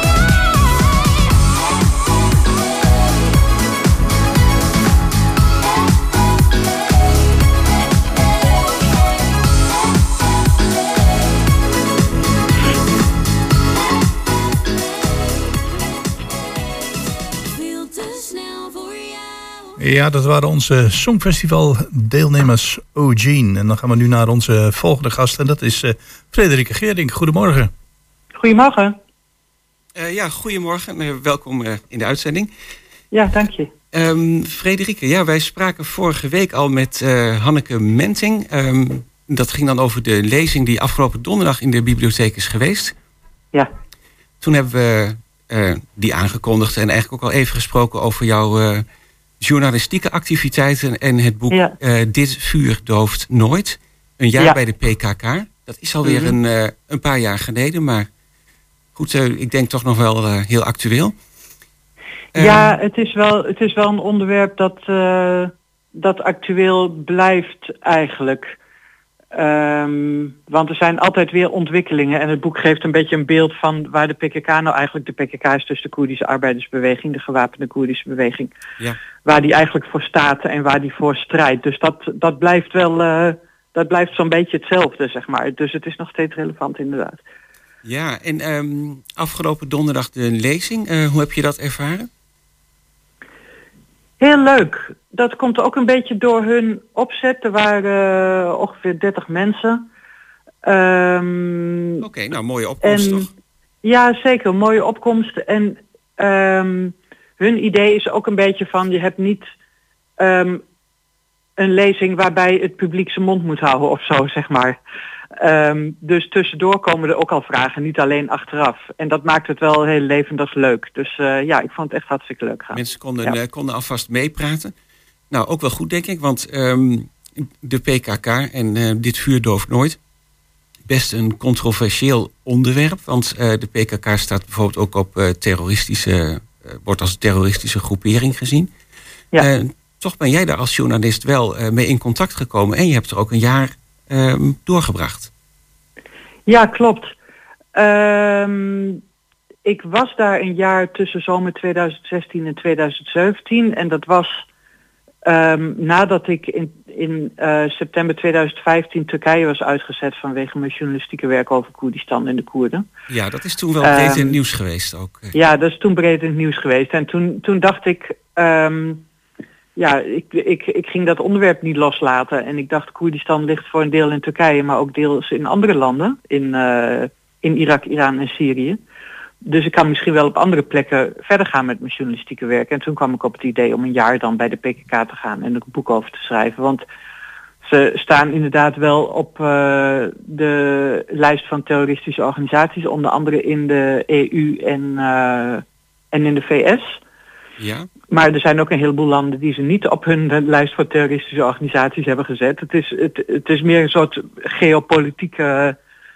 Veel te snel voor jou. Ja, dat waren onze Songfestival deelnemers Eugene. En dan gaan we nu naar onze volgende gast. En dat is uh, Frederike Geerdink. Goedemorgen. Goedemorgen. Uh, ja, goedemorgen. Uh, welkom uh, in de uitzending. Ja, dank je. Um, Frederike, ja, wij spraken vorige week al met uh, Hanneke Menting. Um, dat ging dan over de lezing die afgelopen donderdag in de bibliotheek is geweest. Ja. Toen hebben we uh, die aangekondigd en eigenlijk ook al even gesproken over jouw uh, journalistieke activiteiten en het boek Ja. uh, Dit vuur dooft nooit. Een jaar Ja. bij de P K K. Dat is alweer Mhm. een, uh, een paar jaar geleden, maar goed, uh, ik denk toch nog wel uh, heel actueel. Ja, het is wel, het is wel een onderwerp dat, uh, dat actueel blijft eigenlijk. Um, want er zijn altijd weer ontwikkelingen en het boek geeft een beetje een beeld van waar de P K K nou eigenlijk, de P K K is dus de Koerdische arbeidersbeweging, de gewapende Koerdische beweging, Ja. waar die eigenlijk voor staat en waar die voor strijdt. Dus dat, dat blijft wel, uh, dat blijft zo'n beetje hetzelfde, zeg maar. Dus het is nog steeds relevant inderdaad. Ja, en um, afgelopen donderdag de lezing, uh, hoe heb je dat ervaren? Heel leuk. Dat komt ook een beetje door hun opzet. Er waren uh, ongeveer dertig mensen. Um, Oké, okay, nou mooie opkomst en, toch? Ja, zeker. Een mooie opkomst. En um, hun idee is ook een beetje van, je hebt niet um, een lezing waarbij het publiek zijn mond moet houden of zo, zeg maar. Um, dus tussendoor komen er ook al vragen, niet alleen achteraf. En dat maakt het wel heel levendig leuk. Dus uh, ja, ik vond het echt hartstikke leuk gaan. Mensen konden, ja. uh, konden alvast meepraten. Nou, ook wel goed denk ik, want um, de P K K en uh, Dit vuur dooft nooit. Best een controversieel onderwerp, want uh, de P K K staat bijvoorbeeld ook op uh, terroristische, uh, wordt als terroristische groepering gezien. Ja. Uh, toch ben jij daar als journalist wel uh, mee in contact gekomen en je hebt er ook een jaar um, doorgebracht. Ja, klopt. Um, ik was daar een jaar tussen zomer tweeduizend zestien en tweeduizend zeventien en dat was um, nadat ik in, in uh, september tweeduizend vijftien Turkije was uitgezet vanwege mijn journalistieke werk over Koerdistan en de Koerden. Ja, dat is toen wel breed in het Um, nieuws geweest ook. Ja, dat is toen breed in het nieuws geweest. En toen, toen dacht ik, um, ja, ik, ik, ik ging dat onderwerp niet loslaten. En ik dacht, Koerdistan ligt voor een deel in Turkije, maar ook deels in andere landen. In, uh, in Irak, Iran en Syrië. Dus ik kan misschien wel op andere plekken verder gaan met mijn journalistieke werk. En toen kwam ik op het idee om een jaar dan bij de P K K te gaan en er een boek over te schrijven. Want ze staan inderdaad wel op uh, de lijst van terroristische organisaties, onder andere in de E U en, uh, en in de V S. Ja. Maar er zijn ook een heleboel landen die ze niet op hun lijst voor terroristische organisaties hebben gezet. Het is, het, het is meer een soort geopolitieke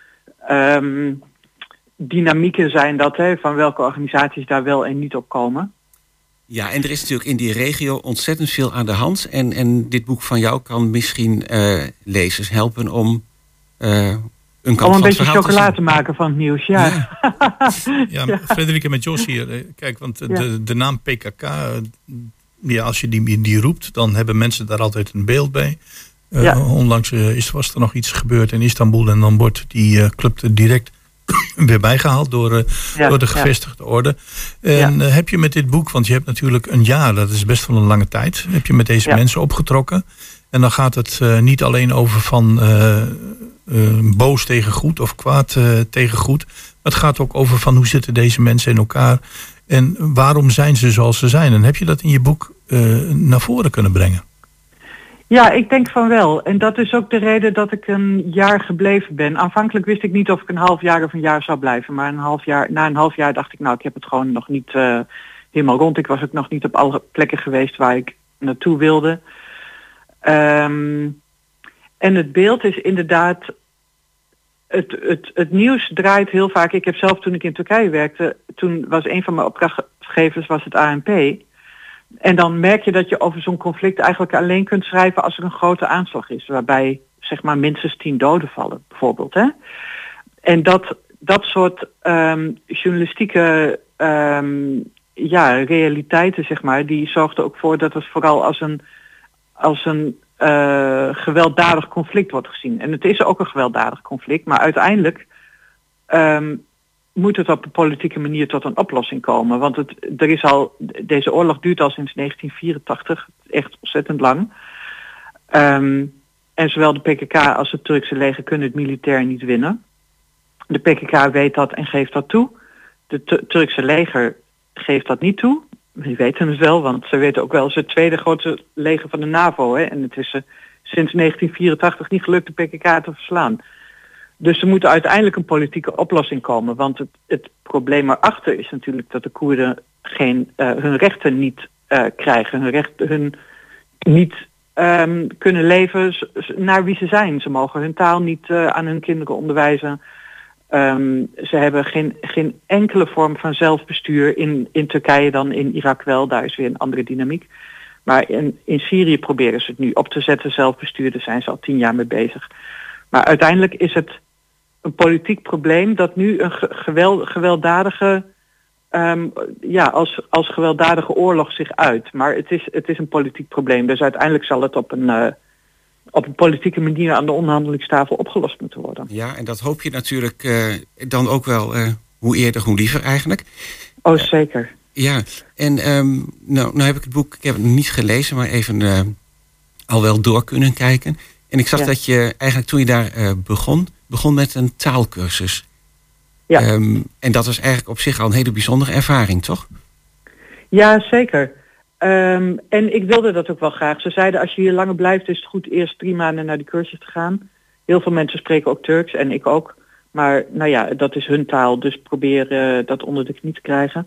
um, dynamieken zijn dat, hè, van welke organisaties daar wel en niet op komen. Ja, en er is natuurlijk in die regio ontzettend veel aan de hand. En, en dit boek van jou kan misschien uh, lezers helpen om uh, een kant om een van beetje het chocola te, te maken van het nieuws, ja. Ja, ja, ja. Frederike met Jos hier. Kijk, want de, ja. de naam P K K, ja, als je die, die roept, dan hebben mensen daar altijd een beeld bij. Uh, ja. Onlangs uh, is, was er nog iets gebeurd in Istanbul en dan wordt die uh, club er direct weer bijgehaald door, uh, ja, door de gevestigde ja. orde. En ja. uh, heb je met dit boek, want je hebt natuurlijk een jaar, dat is best wel een lange tijd, heb je met deze ja. mensen opgetrokken. En dan gaat het uh, niet alleen over van uh, uh, boos tegen goed of kwaad uh, tegen goed. Maar het gaat ook over van hoe zitten deze mensen in elkaar en waarom zijn ze zoals ze zijn. En heb je dat in je boek uh, naar voren kunnen brengen? Ja, ik denk van wel. En dat is ook de reden dat ik een jaar gebleven ben. Aanvankelijk wist ik niet of ik een half jaar of een jaar zou blijven. Maar een half jaar, na een half jaar dacht ik, nou, ik heb het gewoon nog niet uh, helemaal rond. Ik was ook nog niet op alle plekken geweest waar ik naartoe wilde. Um, en het beeld is inderdaad, het, het, het nieuws draait heel vaak. Ik heb zelf, toen ik in Turkije werkte, toen was een van mijn opdrachtgevers was het A N P. En dan merk je dat je over zo'n conflict eigenlijk alleen kunt schrijven als er een grote aanslag is. Waarbij zeg maar minstens tien doden vallen, bijvoorbeeld. Hè? En dat, dat soort um, journalistieke um, ja, realiteiten, zeg maar, die zorgden ook voor dat het vooral als een, als een uh, gewelddadig conflict wordt gezien. En het is ook een gewelddadig conflict, maar uiteindelijk Um, moet het op een politieke manier tot een oplossing komen. Want het, er is al, deze oorlog duurt al sinds negentien vierentachtig, echt ontzettend lang. Um, en zowel de P K K als het Turkse leger kunnen het militair niet winnen. De P K K weet dat en geeft dat toe. De T- Turkse leger geeft dat niet toe. Die weten het wel, want ze weten ook wel, het is het tweede grote leger van de NAVO. Hè? En het is uh, sinds negentien vierentachtig niet gelukt de P K K te verslaan. Dus er moet uiteindelijk een politieke oplossing komen. Want het, het probleem erachter is natuurlijk dat de Koerden geen, uh, hun rechten niet uh, krijgen. Hun rechten hun niet um, kunnen leven naar wie ze zijn. Ze mogen hun taal niet uh, aan hun kinderen onderwijzen. Um, ze hebben geen, geen enkele vorm van zelfbestuur. In, in Turkije dan, in Irak wel. Daar is weer een andere dynamiek. Maar in, in Syrië proberen ze het nu op te zetten. Zelfbestuur, daar zijn ze al tien jaar mee bezig. Maar uiteindelijk is het een politiek probleem dat nu een geweld, gewelddadige, um, ja, als, als gewelddadige oorlog zich uit. Maar het is, het is een politiek probleem. Dus uiteindelijk zal het op een, uh, op een politieke manier aan de onderhandelingstafel opgelost moeten worden. Ja, en dat hoop je natuurlijk uh, dan ook wel uh, hoe eerder hoe liever eigenlijk. Oh, zeker. Uh, ja, en um, nou, nou heb ik het boek, ik heb het niet gelezen, maar even uh, al wel door kunnen kijken. En ik zag ja. dat je eigenlijk toen je daar uh, begon, begon met een taalkursus. Ja. Um, en dat was eigenlijk op zich al een hele bijzondere ervaring, toch? Ja, zeker. Um, en ik wilde dat ook wel graag. Ze zeiden, als je hier langer blijft, is het goed eerst drie maanden naar die cursus te gaan. Heel veel mensen spreken ook Turks en ik ook. Maar nou ja, dat is hun taal, dus probeer uh, dat onder de knie te krijgen.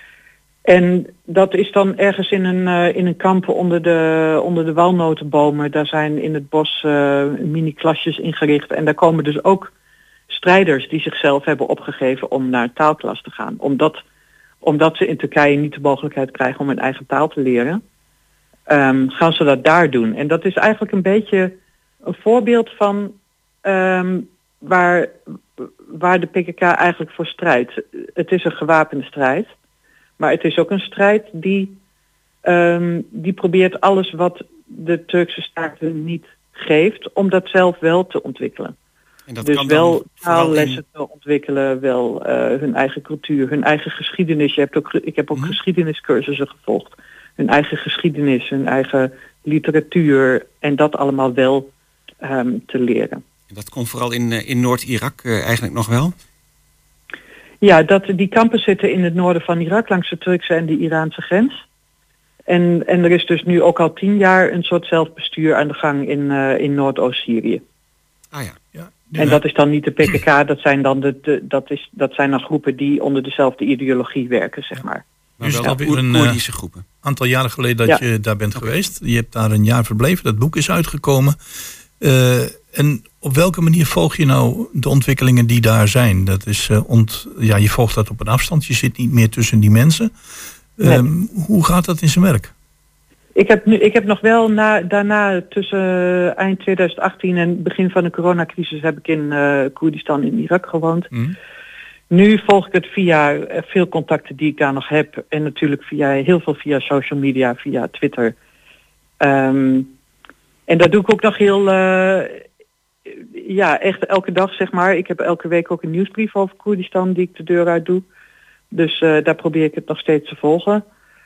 En dat is dan ergens in een, uh, in een kamp onder de, onder de walnotenbomen. Daar zijn in het bos uh, mini-klasjes ingericht. En daar komen dus ook strijders die zichzelf hebben opgegeven om naar taalklas te gaan. Omdat, omdat ze in Turkije niet de mogelijkheid krijgen om hun eigen taal te leren. Um, gaan ze dat daar doen. En dat is eigenlijk een beetje een voorbeeld van um, waar, waar de P K K eigenlijk voor strijdt. Het is een gewapende strijd. Maar het is ook een strijd die, um, die probeert alles wat de Turkse staat niet geeft, om dat zelf wel te ontwikkelen. En dat dus kan wel taallessen in... te ontwikkelen, wel uh, hun eigen cultuur, hun eigen geschiedenis. Je hebt ook, ik heb ook mm-hmm. geschiedeniscursussen gevolgd. Hun eigen geschiedenis, hun eigen literatuur en dat allemaal wel um, te leren. En dat komt vooral in, in Noord-Irak uh, eigenlijk nog wel? Ja, dat, die kampen zitten in het noorden van Irak, langs de Turkse en de Iraanse grens. En, en er is dus nu ook al tien jaar een soort zelfbestuur aan de gang in, uh, in Noordoost-Syrië. Ah ja. ja. Ja. En dat is dan niet de P K K, dat zijn dan de, de dat is dat zijn dan groepen die onder dezelfde ideologie werken, zeg maar. Maar wel alweer een Koerdische groepen. Een aantal jaren geleden dat ja. je daar bent okay. geweest. Je hebt daar een jaar verbleven, dat boek is uitgekomen. Uh, en op welke manier volg je nou de ontwikkelingen die daar zijn? Dat is, uh, ont, ja, je volgt dat op een afstand, je zit niet meer tussen die mensen. Nee. Um, hoe gaat dat in zijn werk? Ik heb, nu, ik heb nog wel na, daarna tussen uh, eind twintig achttien en begin van de coronacrisis heb ik in uh, Koerdistan in Irak gewoond. Mm. Nu volg ik het via uh, veel contacten die ik daar nog heb. En natuurlijk via heel veel via social media, via Twitter. Um, en dat doe ik ook nog heel, uh, ja, echt elke dag zeg maar. Ik heb elke week ook een nieuwsbrief over Koerdistan die ik de deur uit doe. Dus uh, daar probeer ik het nog steeds te volgen.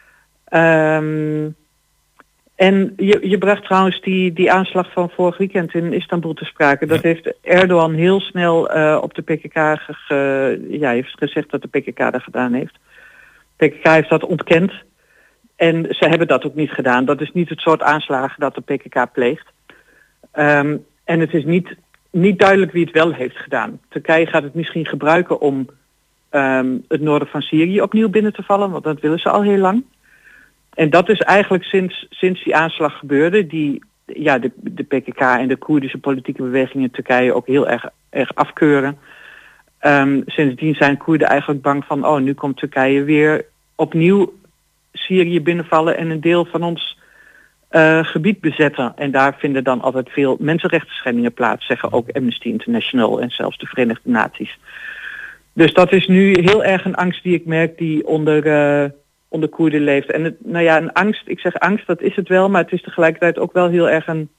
Um, En je, je bracht trouwens die, die aanslag van vorig weekend in Istanbul te sprake. Dat ja. heeft Erdogan heel snel uh, op de P K K ge, ge, ja, heeft gezegd dat de P K K dat gedaan heeft. De P K K heeft dat ontkend. En ze hebben dat ook niet gedaan. Dat is niet het soort aanslagen dat de P K K pleegt. Um, en het is niet, niet duidelijk wie het wel heeft gedaan. Turkije gaat het misschien gebruiken om um, het noorden van Syrië opnieuw binnen te vallen. Want dat willen ze al heel lang. En dat is eigenlijk sinds, sinds die aanslag gebeurde, die ja, de, de P K K en de Koerdische politieke beweging in Turkije ook heel erg, erg afkeuren. Um, sindsdien zijn Koerden eigenlijk bang van, oh, nu komt Turkije weer opnieuw Syrië binnenvallen en een deel van ons uh, gebied bezetten. En daar vinden dan altijd veel mensenrechtenschendingen plaats, zeggen ook Amnesty International en zelfs de Verenigde Naties. Dus dat is nu heel erg een angst die ik merk die onder... Uh, onder Koerden leeft. En het, nou ja, een angst, ik zeg angst, dat is het wel, maar het is tegelijkertijd ook wel heel erg een...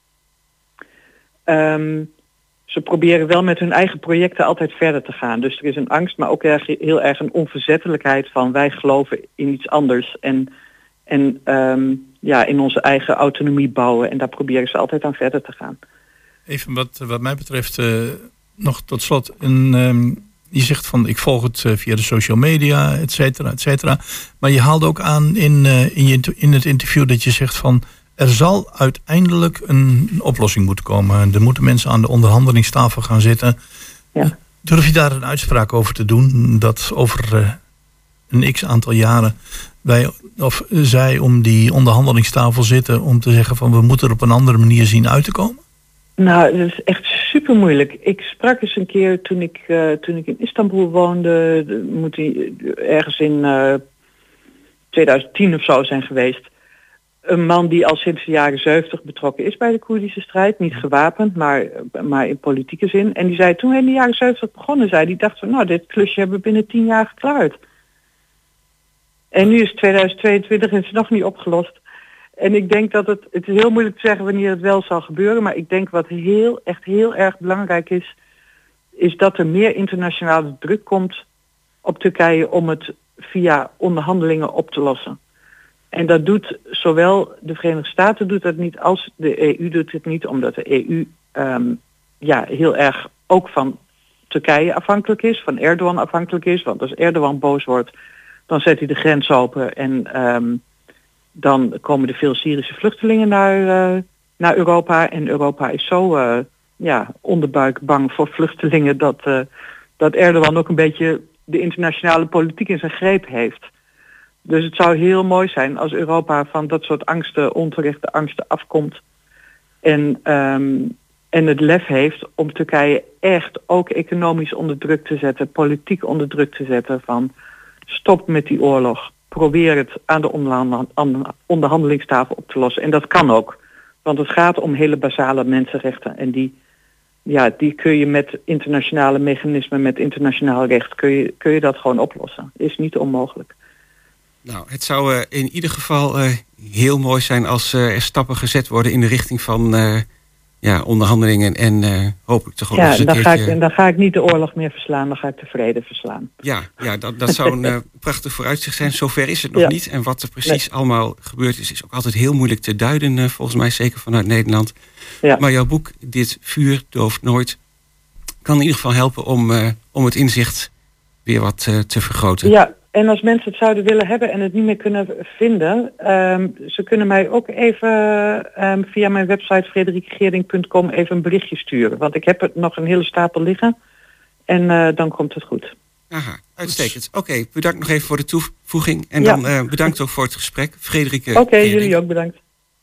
Um, ze proberen wel met hun eigen projecten altijd verder te gaan. Dus er is een angst, maar ook erg, heel erg een onverzettelijkheid van wij geloven in iets anders. En, en um, ja, in onze eigen autonomie bouwen. En daar proberen ze altijd aan verder te gaan. Even wat, wat mij betreft, uh, nog tot slot een... Um... Je zegt van, ik volg het uh, via de social media, et cetera, et cetera. Maar je haalde ook aan in, uh, in, je, in het interview dat je zegt van... er zal uiteindelijk een oplossing moeten komen. Er moeten mensen aan de onderhandelingstafel gaan zitten. Ja. Durf je daar een uitspraak over te doen? Dat over uh, een x aantal jaren wij of zij om die onderhandelingstafel zitten... om te zeggen van, we moeten er op een andere manier zien uit te komen? Nou, dat is echt super moeilijk. Ik sprak eens een keer toen ik, uh, toen ik in Istanbul woonde, de, moet die ergens in uh, twintig tien of zo zijn geweest. Een man die al sinds de jaren zeventig betrokken is bij de Koerdische strijd. Niet gewapend, maar, maar in politieke zin. En die zei, toen we in de jaren zeventig begonnen zijn, die dacht van, nou, dit klusje hebben we binnen tien jaar geklaard. En nu is het tweeduizend tweeëntwintig en het is nog niet opgelost. En ik denk dat het, het is heel moeilijk te zeggen wanneer het wel zal gebeuren, maar ik denk wat heel, echt heel erg belangrijk is, is dat er meer internationale druk komt op Turkije om het via onderhandelingen op te lossen. En dat doet zowel de Verenigde Staten doet dat niet als de E U doet het niet, omdat de E U um, ja, heel erg ook van Turkije afhankelijk is, van Erdogan afhankelijk is. Want als Erdogan boos wordt, dan zet hij de grens open en um, dan komen er veel Syrische vluchtelingen naar, uh, naar Europa. En Europa is zo uh, ja, onderbuikbang voor vluchtelingen dat, uh, dat Erdogan ook een beetje de internationale politiek in zijn greep heeft. Dus het zou heel mooi zijn als Europa van dat soort angsten, onterechte angsten afkomt. En, um, en het lef heeft om Turkije echt ook economisch onder druk te zetten, politiek onder druk te zetten van stop met die oorlog. Probeer het aan de onderhandelingstafel op te lossen. En dat kan ook. Want het gaat om hele basale mensenrechten. En die, ja, die kun je met internationale mechanismen, met internationaal recht, kun je, kun je dat gewoon oplossen. Is niet onmogelijk. Nou, het zou uh, in ieder geval uh, heel mooi zijn als uh, er stappen gezet worden in de richting van uh, ja, onderhandelingen en uh, hopelijk toch ook ja, eens een dan keertje... Ga ik, dan ga ik niet de oorlog meer verslaan, dan ga ik de vrede verslaan. Ja, ja dat, dat zou een uh, prachtig vooruitzicht zijn. Zover is het nog ja. niet. En wat er precies nee. allemaal gebeurd is, is ook altijd heel moeilijk te duiden, uh, volgens mij, zeker vanuit Nederland. Ja. Maar jouw boek, Dit vuur dooft nooit, kan in ieder geval helpen om, uh, om het inzicht weer wat uh, te vergroten. Ja, en als mensen het zouden willen hebben en het niet meer kunnen vinden, um, ze kunnen mij ook even um, via mijn website frederikegeerding punt com even een berichtje sturen. Want ik heb het nog een hele stapel liggen en uh, dan komt het goed. Aha, uitstekend. Oké, okay, bedankt nog even voor de toevoeging. En ja. dan uh, bedankt ook voor het gesprek. Frederike. Oké, okay, jullie ook bedankt.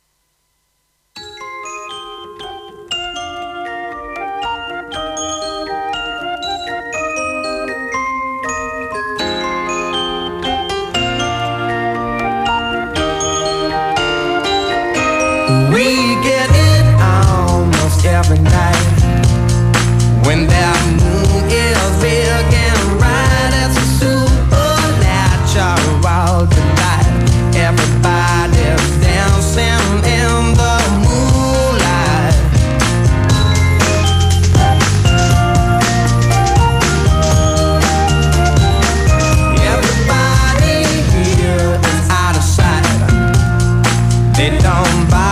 We get it almost every night when that moon is big and bright. It's a supernatural delight. Everybody's dancing in the moonlight. Everybody here is out of sight. They don't buy.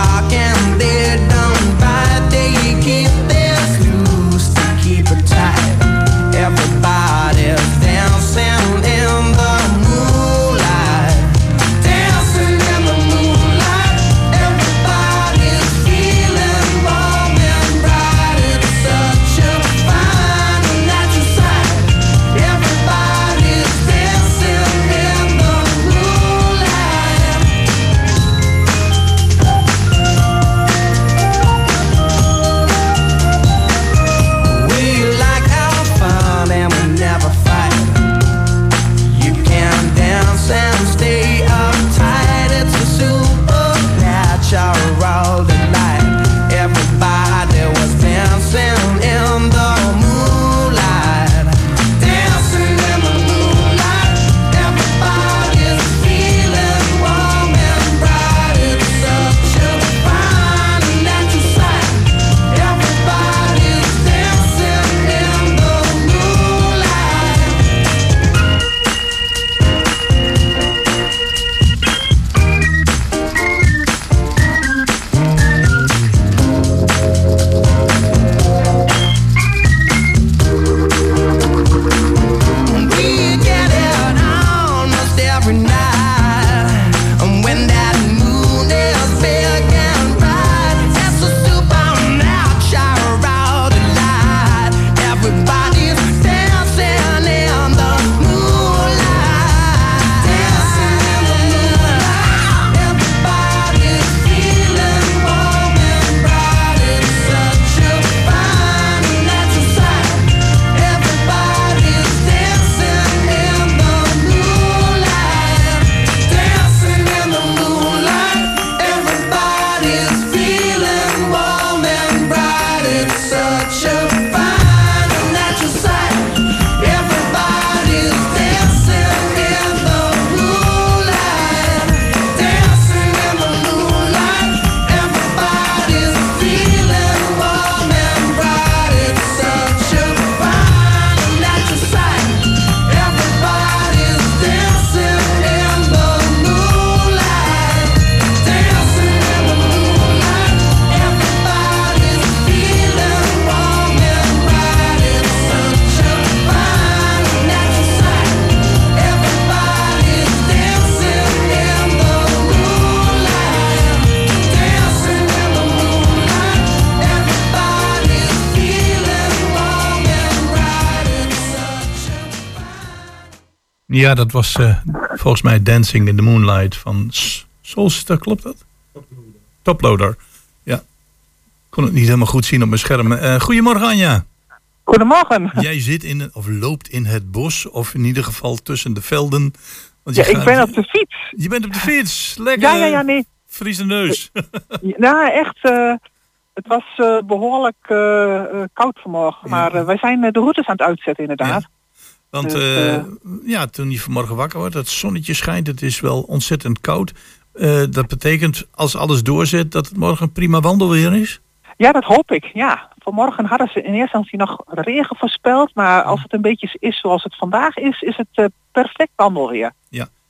Ja, dat was uh, volgens mij Dancing in the Moonlight van Soulsister, klopt dat? Toploader. Ja. Ik kon het niet helemaal goed zien op mijn scherm. Uh, goedemorgen, Anja. Goedemorgen. Jij zit in, of loopt in het bos, of in ieder geval tussen de velden. Want ja, je gaat, ik ben op de fiets. Je bent op de fiets. Lekker. Ja, ja, ja, nee. Friese neus. Nou, echt. Uh, het was uh, behoorlijk uh, uh, koud vanmorgen. Maar uh, wij zijn uh, de routes aan het uitzetten, inderdaad. Ja. Want dus, uh, uh, ja, toen je vanmorgen wakker wordt, het zonnetje schijnt, het is wel ontzettend koud. Uh, dat betekent, als alles doorzet, dat het morgen prima wandelweer is? Ja, dat hoop ik, ja. Vanmorgen hadden ze in eerste instantie nog regen voorspeld. Maar als het een beetje is zoals het vandaag is, is het uh, perfect wandelweer. Ja,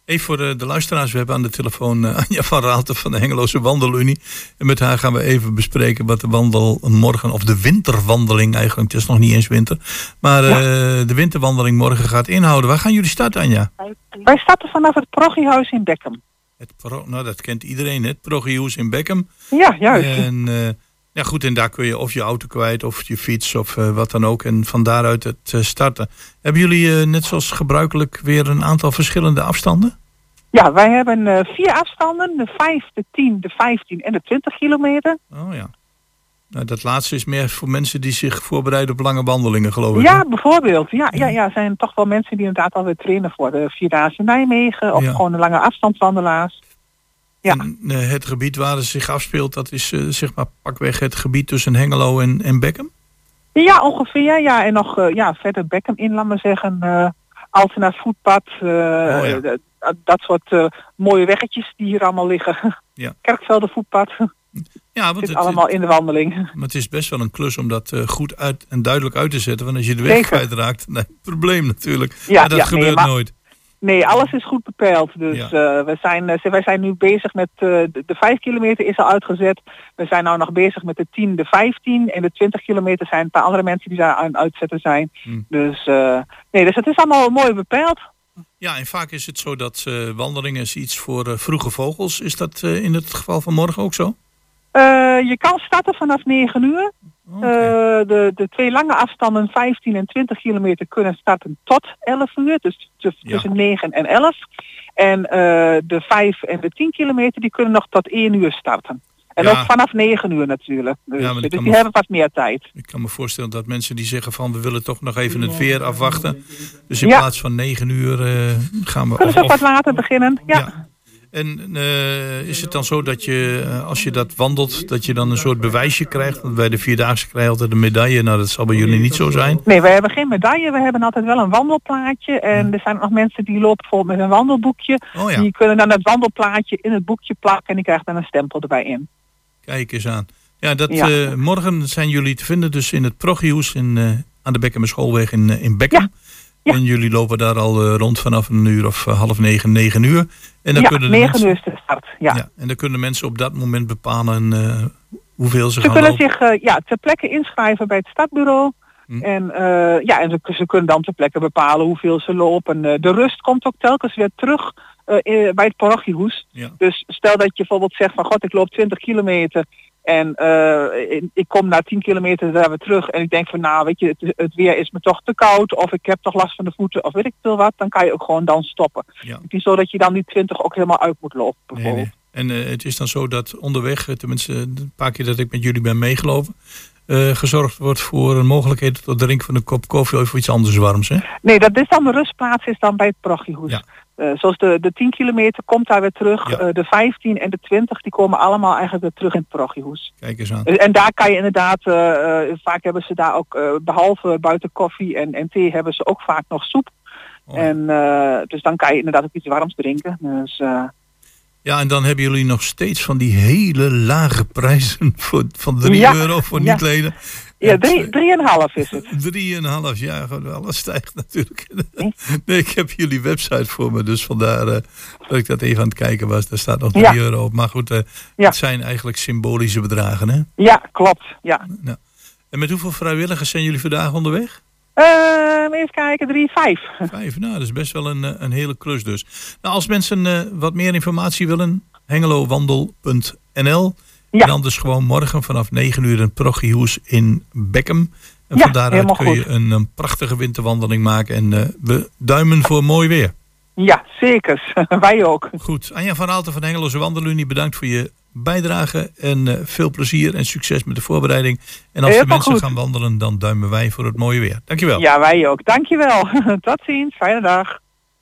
Even voor de, de luisteraars, we hebben aan de telefoon uh, Anja van Raalte van de Hengeloze Wandelunie. En met haar gaan we even bespreken wat de wandel morgen, of de winterwandeling eigenlijk, het is nog niet eens winter. Maar uh, ja. de winterwandeling morgen gaat inhouden. Waar gaan jullie starten, Anja? Wij starten vanaf het Progiehuis in Beckum. Het pro, nou, dat kent iedereen, het Progiehuis in Beckum. Ja, juist. En uh, ja, goed, en daar kun je of je auto kwijt of je fiets of uh, wat dan ook. En van daaruit het uh, starten. Hebben jullie uh, net zoals gebruikelijk weer een aantal verschillende afstanden? Ja, wij hebben uh, vier afstanden. De vijf, de tien, de vijftien en de twintig kilometer. Oh ja. Nou, dat laatste is meer voor mensen die zich voorbereiden op lange wandelingen, geloof ik. Ja, hè? bijvoorbeeld. Ja, ja, ja, zijn toch wel mensen die inderdaad alweer trainen voor de Vierdaagse Nijmegen. Of ja. gewoon de lange afstandswandelaars. Ja. En, uh, het gebied waar het zich afspeelt, dat is uh, zeg maar pakweg het gebied tussen Hengelo en, en Beckum? Ja, ongeveer. Ja, en nog uh, ja, verder Beckum in, laat maar zeggen. Uh, Altena voetpad. Uh, oh, ja. d- dat soort uh, mooie weggetjes die hier allemaal liggen. Ja. Kerkvelden voetpad. Ja, want het is het, allemaal in de wandeling. Maar het is best wel een klus om dat uh, goed uit en duidelijk uit te zetten. Want als je de weg kwijtraakt, nee, probleem natuurlijk. Ja, maar dat ja, gebeurt nee, maar, nooit. Nee, alles is goed bepaald. Dus ja. uh, we zijn, uh, wij zijn nu bezig met uh, de, de vijf kilometer is al uitgezet. We zijn nou nog bezig met de tien, de vijftien. En de twintig kilometer zijn een paar andere mensen die daar aan het uitzetten zijn. Hmm. Dus, uh, nee, dus het is allemaal mooi bepaald. Ja, en vaak is het zo dat uh, wandelingen is iets voor uh, vroege vogels. Is dat uh, in het geval van morgen ook zo? Uh, je kan starten vanaf negen uur. Okay. Uh, de, de twee lange afstanden, vijftien en twintig kilometer, kunnen starten tot elf uur. Dus t- tussen ja. negen en elf. En uh, de vijf en de tien kilometer, die kunnen nog tot één uur starten. En ja. ook vanaf negen uur natuurlijk. Dus, ja, dus die me, hebben wat meer tijd. Ik kan me voorstellen dat mensen die zeggen van we willen toch nog even het weer afwachten. Dus in ja. plaats van negen uur uh, gaan we... Kunnen ze ook wat later beginnen, ja. ja. En uh, is het dan zo dat je, uh, als je dat wandelt, dat je dan een soort bewijsje krijgt? Want bij de Vierdaagse krijg je altijd een medaille. Nou, dat zal bij jullie niet zo zijn. Nee, we hebben geen medaille. We hebben altijd wel een wandelplaatje. En er zijn ook nog mensen die lopen bijvoorbeeld met een wandelboekje. Oh, ja. Die kunnen dan het wandelplaatje in het boekje plakken en die krijgen dan een stempel erbij in. Kijk eens aan. Ja, dat, ja. Uh, morgen zijn jullie te vinden dus in het Progiehuis in, uh, aan de Beckumer Schoolweg in, uh, in Beckum. Ja. Ja. En jullie lopen daar al uh, rond vanaf een uur of uh, half negen, negen uur. En dan ja, kunnen negen mensen, uur is de start. Ja. ja. En dan kunnen mensen op dat moment bepalen uh, hoeveel ze, ze gaan kunnen lopen. zich uh, ja, ter plekke inschrijven bij het stadbureau. Hm. En, uh, ja, en ze, ze kunnen dan ter plekke bepalen hoeveel ze lopen. Uh, de rust komt ook telkens weer terug uh, in, bij het parochiehoes. Ja. Dus stel dat je bijvoorbeeld zegt van god, ik loop twintig kilometer. En uh, ik kom na tien kilometer daar weer terug en ik denk van nou weet je, het, het weer is me toch te koud of ik heb toch last van de voeten of weet ik veel wat, dan kan je ook gewoon dan stoppen. Ja. Het is zo dat je dan die twintig ook helemaal uit moet lopen bijvoorbeeld. Nee, nee. En uh, het is dan zo dat onderweg, tenminste een paar keer dat ik met jullie ben meegelopen, uh, gezorgd wordt voor een mogelijkheid tot drinken van een kop koffie of iets anders warms, hè? Nee, dat is dan de rustplaats is dan bij het parochiehoes. Ja. Uh, zoals de, de tien kilometer komt daar weer terug. Ja. Uh, de vijftien en de twintig die komen allemaal eigenlijk weer terug in het parochiehoes. Kijk eens aan. Uh, en daar kan je inderdaad, uh, uh, vaak hebben ze daar ook, uh, behalve buiten koffie en, en thee, hebben ze ook vaak nog soep. Oh. En uh, dus dan kan je inderdaad ook iets warms drinken. Dus, uh, ja, en dan hebben jullie nog steeds van die hele lage prijzen voor, van drie ja, euro voor ja. niet-leden. Ja, drie, drieënhalf is het. Drieënhalf, ja, alles stijgt natuurlijk. Nee, ik heb jullie website voor me, dus vandaar uh, dat ik dat even aan het kijken was. Daar staat nog drie ja. euro op. Maar goed, uh, ja. het zijn eigenlijk symbolische bedragen, hè? Ja, klopt, ja. Nou. En met hoeveel vrijwilligers zijn jullie vandaag onderweg? Uh, even kijken, drie, vijf. Vijf, nou, dat is best wel een, een hele klus dus. Nou, als mensen uh, wat meer informatie willen, hengelowandel punt n l. Ja. En dan dus gewoon morgen vanaf negen uur een Progiehuis in Beckum. En ja, van daaruit kun je goed. een, een prachtige winterwandeling maken. En uh, we duimen voor mooi weer. Ja, zeker. Wij ook. Goed. Anja van Raalte van de Hengeloze Wandelunie, bedankt voor je bijdrage. En uh, veel plezier en succes met de voorbereiding. En als Heel de mensen goed. gaan wandelen, dan duimen wij voor het mooie weer. Dankjewel. Ja, wij ook. Dankjewel. Tot ziens. Fijne dag.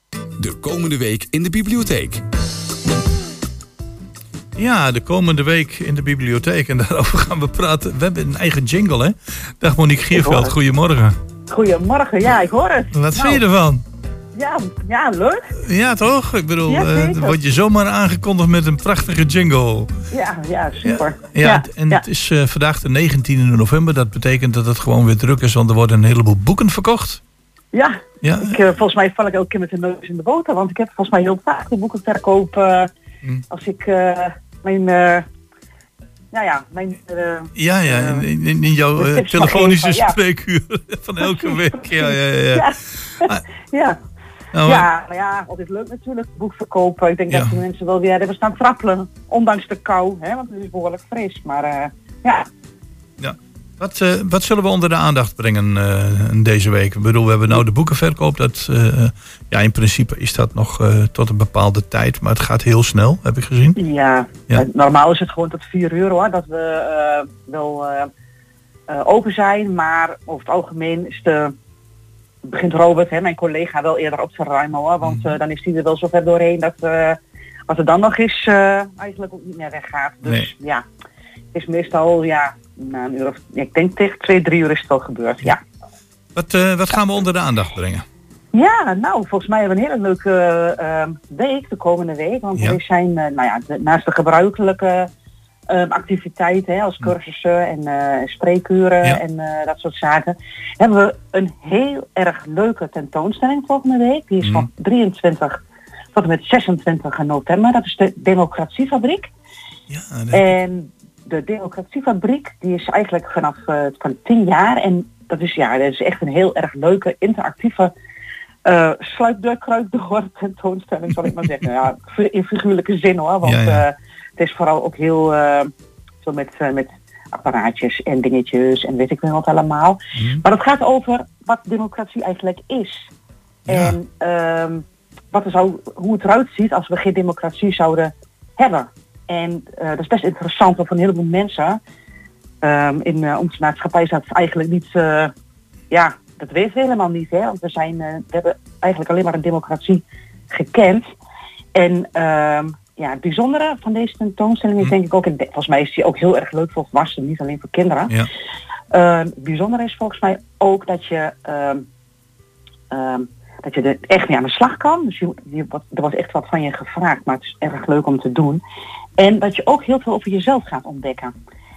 De komende week in de bibliotheek. Ja, de komende week in de bibliotheek. En daarover gaan we praten. We hebben een eigen jingle, hè? Dag Monique Gierveld, goedemorgen. Goedemorgen, ja, ik hoor het. Wat nou, vind je ervan? Ja, ja, leuk. Ja, toch? Ik bedoel, ja, uh, word je zomaar aangekondigd met een prachtige jingle. Ja, ja, super. Ja, ja, ja en ja. Het is uh, vandaag de negentiende november. Dat betekent dat het gewoon weer druk is, want er worden een heleboel boeken verkocht. Ja, Ja. Ik, uh, volgens mij val ik elke keer met de neus in de boter. Want ik heb volgens mij heel vaak de boekenverkoop. Uh, Hmm. Als ik uh, mijn... Uh, nou ja, mijn... Uh, Ja, ja, in, uh, in, in jouw de uh, tips telefonische mag geven, ja. spreekuur van elke week. Ja, ja, ja. Ja, ja. Nou, ja, nou ja, altijd leuk natuurlijk, boekverkopen. Ik denk Ja. dat de mensen wel weer hebben staan trappelen. Ondanks de kou, hè, want het is behoorlijk fris. Maar uh, ja... Ja. Wat, uh, wat zullen we onder de aandacht brengen uh, deze week? Ik bedoel, we hebben nou de boekenverkoop. Dat, uh, ja, in principe is dat nog uh, tot een bepaalde tijd. Maar het gaat heel snel, heb ik gezien. Ja, Ja. uh, normaal is het gewoon tot vier uur hoor. Dat we uh, wel uh, uh, open zijn. Maar over het algemeen is de, begint Robert, hè, mijn collega, wel eerder op te ruimen hoor. Want uh, dan is hij er wel zo ver doorheen dat uh, wat er dan nog is uh, eigenlijk ook niet meer weggaat. Dus Nee. ja, het is meestal ja, na een uur of, ik denk tegen twee, drie uur is het al gebeurd. Ja. Wat, uh, wat gaan we onder de aandacht brengen? Ja, nou, volgens mij hebben we een hele leuke uh, week, de komende week. Want Ja. er zijn, uh, nou ja, de, naast de gebruikelijke uh, activiteiten, hè, als cursussen en uh, spreekuren Ja. en uh, dat soort zaken, hebben we een heel erg leuke tentoonstelling volgende week. Die is Mm. van drieëntwintig tot en met zesentwintig november. Dat is de Democratiefabriek. Ja, dat- En de Democratiefabriek, die is eigenlijk vanaf uh, van tien jaar. En dat is, ja, dat is echt een heel erg leuke, interactieve uh, sluipdeur, kruipdeur tentoonstelling, zal ik maar zeggen. Ja, in figuurlijke zin hoor, want Ja, ja. uh, het is vooral ook heel uh, zo met, uh, met apparaatjes en dingetjes en weet ik wel wat allemaal. Mm. Maar het gaat over wat democratie eigenlijk is. Ja. En um, wat er zou, hoe het eruit ziet als we geen democratie zouden hebben. En uh, dat is best interessant, want voor een heleboel mensen um, in uh, onze maatschappij is dat eigenlijk niet, uh, ja, dat weten we helemaal niet, hè. Want we zijn, uh, we hebben eigenlijk alleen maar een democratie gekend. En um, ja, het bijzondere van deze tentoonstelling is Hm. denk ik ook, en volgens mij is die ook heel erg leuk voor volwassenen, niet alleen voor kinderen. Ja. Uh, het bijzondere is volgens mij ook dat je, um, um, dat je er echt mee aan de slag kan. Dus je, je, wat, er wordt echt wat van je gevraagd, maar het is erg leuk om te doen. En dat je ook heel veel over jezelf gaat ontdekken.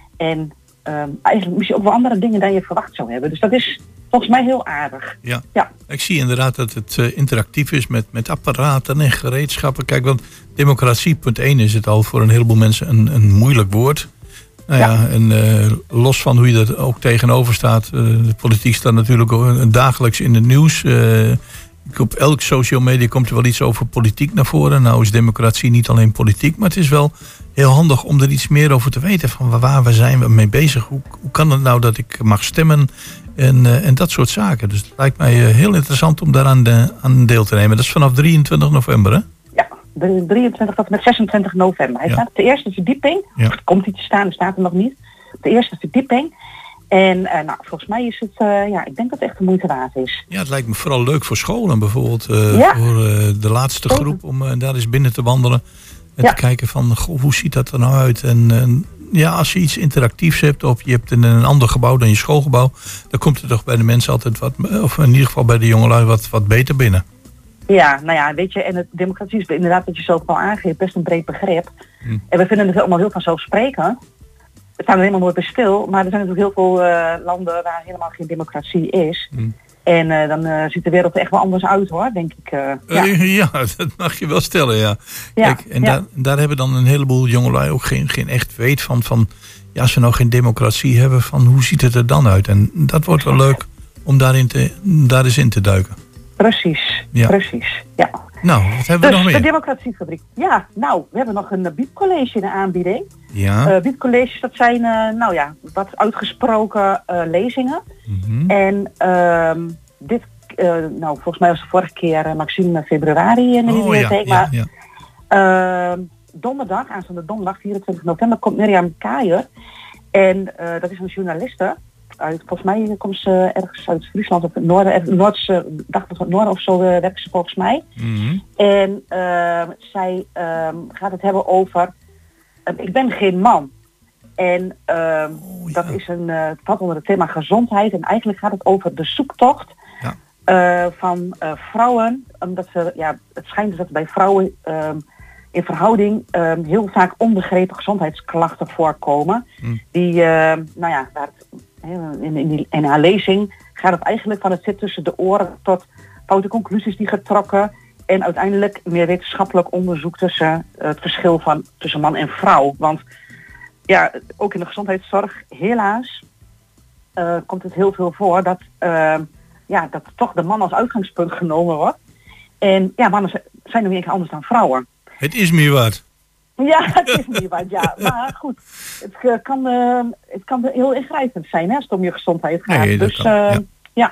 En um, eigenlijk misschien ook wel andere dingen dan je verwacht zou hebben. Dus dat is volgens mij heel aardig. Ja. Ja. Ik zie inderdaad dat het uh, interactief is met, met apparaten en gereedschappen. Kijk, want democratie, punt één, is het al voor een heleboel mensen een, een moeilijk woord. Nou ja, Ja. en uh, los van hoe je dat ook tegenover staat. Uh, de politiek staat natuurlijk ook, uh, dagelijks in het nieuws. Uh, op elk social media komt er wel iets over politiek naar voren. Nou is democratie niet alleen politiek, maar het is wel heel handig om er iets meer over te weten. Van waar we zijn we mee bezig? Hoe, hoe kan het nou dat ik mag stemmen? En, uh, en dat soort zaken. Dus het lijkt mij uh, heel interessant om daaraan de, aan deel te nemen. Dat is vanaf drieëntwintig november, hè? Ja, de drieëntwintig tot en met zesentwintig november. Hij Ja. staat op de eerste verdieping. Ja. Of komt hij te staan, er staat er nog niet. Op de eerste verdieping. En uh, nou, volgens mij is het, uh, ja, ik denk dat het echt de moeite waard is. Ja, het lijkt me vooral leuk voor scholen bijvoorbeeld. Uh, Ja. Voor uh, de laatste groep om uh, daar eens binnen te wandelen. En Ja. te kijken van, goh, hoe ziet dat er nou uit? En uh, ja, als je iets interactiefs hebt of je hebt in een ander gebouw dan je schoolgebouw, dan komt het toch bij de mensen altijd wat, of in ieder geval bij de jongelui wat, wat beter binnen. Ja, nou ja, weet je, en het democratie is inderdaad wat je zelf al aangeeft, best een breed begrip. Hm. En we vinden het allemaal heel vanzelfsprekend. We staan er helemaal nooit bij stil, maar er zijn natuurlijk heel veel uh, landen waar helemaal geen democratie is. Hm. En uh, dan uh, ziet de wereld er echt wel anders uit hoor, denk ik. Uh, ja. Uh, ja, dat mag je wel stellen, ja. Ja, Kijk, en ja. daar, daar hebben dan een heleboel jongelui ook geen, geen echt weet van, van. Ja, als we nou geen democratie hebben, van hoe ziet het er dan uit? En dat wordt wel leuk om daarin te, daar eens in te duiken. Precies, Ja. precies. Ja. Nou, wat hebben we Dus nog de meer? Democratiefabriek. Ja, nou, we hebben nog een uh, biedcollege in de aanbieding. Ja. Uh, biedcolleges, dat zijn, uh, nou ja, wat uitgesproken uh, lezingen. Mhm. En ehm dit, uh, nou, volgens mij was de vorige keer uh, Maxime februari in de Oh ja, bibliotheek. ja, maar ja. uh, donderdag, aanstaande donderdag, vierentwintig november, komt Mirjam Kaier. En uh, dat is een journaliste. Uit, volgens mij komt ze ergens uit Friesland of het noorden, ergens, Noordse, dacht ik het noorden of zo, uh, werkt ze volgens mij. Mhm. En uh, zij uh, gaat het hebben over, uh, ik ben geen man. En uh, Oh, ja. dat is een, uh, het valt onder het thema gezondheid. En eigenlijk gaat het over de zoektocht Ja. uh, van uh, vrouwen. Omdat ze, ja, het schijnt dus dat bij vrouwen uh, in verhouding uh, heel vaak onbegrepen gezondheidsklachten voorkomen. Hm. Die, uh, nou ja, waar het in, in, die, in haar lezing gaat het eigenlijk van het zit tussen de oren tot foute conclusies die getrokken. En uiteindelijk meer wetenschappelijk onderzoek tussen uh, het verschil van tussen man en vrouw. Want ja, ook in de gezondheidszorg, helaas, uh, komt het heel veel voor dat, uh, ja, dat toch de man als uitgangspunt genomen wordt. En ja, mannen zijn er weer anders dan vrouwen. Het is meer wat. Ja, het is niet wat, ja. Maar goed, het uh, kan, uh, het kan heel ingrijpend zijn hè, als het om je gezondheid gaat. Nee, dat dus kan, uh, ja. ja.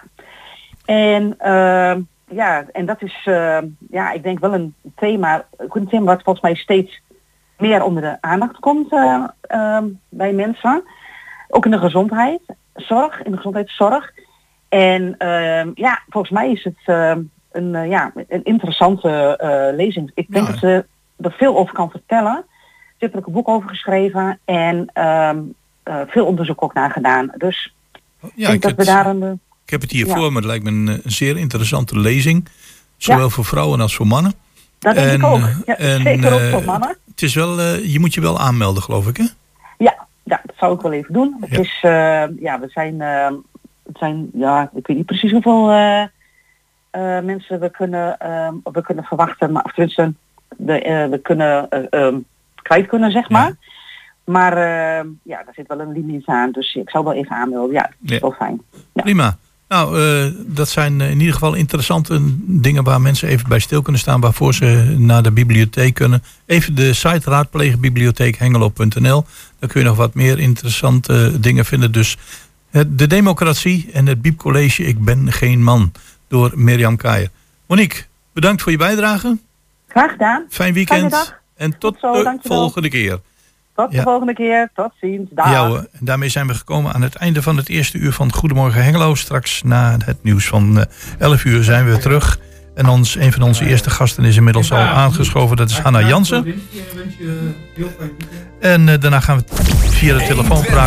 En uh, ja, en dat is uh, ja, ik denk wel een thema, een thema wat volgens mij steeds meer onder de aandacht komt uh, uh, bij mensen. Ook in de gezondheidszorg, in de gezondheidszorg. En uh, ja, volgens mij is het uh, een, uh, ja, een interessante uh, lezing. Ik denk ja. dat ze er veel over kan vertellen. Ze heeft er ook een boek over geschreven en uh, uh, veel onderzoek ook naar gedaan. Dus ja, ik denk ik dat het, we daar een... Uh, ik heb het hier ja. voor me. Het lijkt me een, een zeer interessante lezing. Zowel ja. voor vrouwen als voor mannen. Dat denk en, ik ook. Ja, en, zeker ook uh, voor mannen. Het is wel, uh, je moet je wel aanmelden, geloof ik, hè? Ja, ja dat zou ik wel even doen. Het ja. is, uh, ja, we zijn, uh, het zijn, ja, ik weet niet precies hoeveel uh, uh, mensen we kunnen, uh, we kunnen verwachten, maar of tenminste, we, uh, we kunnen uh, um, kwijt kunnen, zeg maar. Ja. Maar uh, ja, daar zit wel een limiet aan, dus ik zou wel even aanmelden. Ja, dat is ja. wel fijn. Ja. Prima. Nou, uh, dat zijn in ieder geval interessante dingen waar mensen even bij stil kunnen staan, waarvoor ze naar de bibliotheek kunnen. Even de site raadplegen, bibliotheek hengelo punt n l. Daar kun je nog wat meer interessante dingen vinden. Dus de democratie en het Bieb College, Ik ben geen man, door Mirjam Kaijer. Monique, bedankt voor je bijdrage. Graag gedaan. Fijn weekend. En tot, tot zo, de volgende keer. Tot de ja. volgende keer. Tot ziens. Dag. Ja, en daarmee zijn we gekomen aan het einde van het eerste uur van Goedemorgen Hengelo. Straks na het nieuws van elf uur zijn we weer terug. En ons, een van onze eerste gasten is inmiddels al aangeschoven. Dat is Hanna Jansen. En uh, daarna gaan we via de telefoon praten.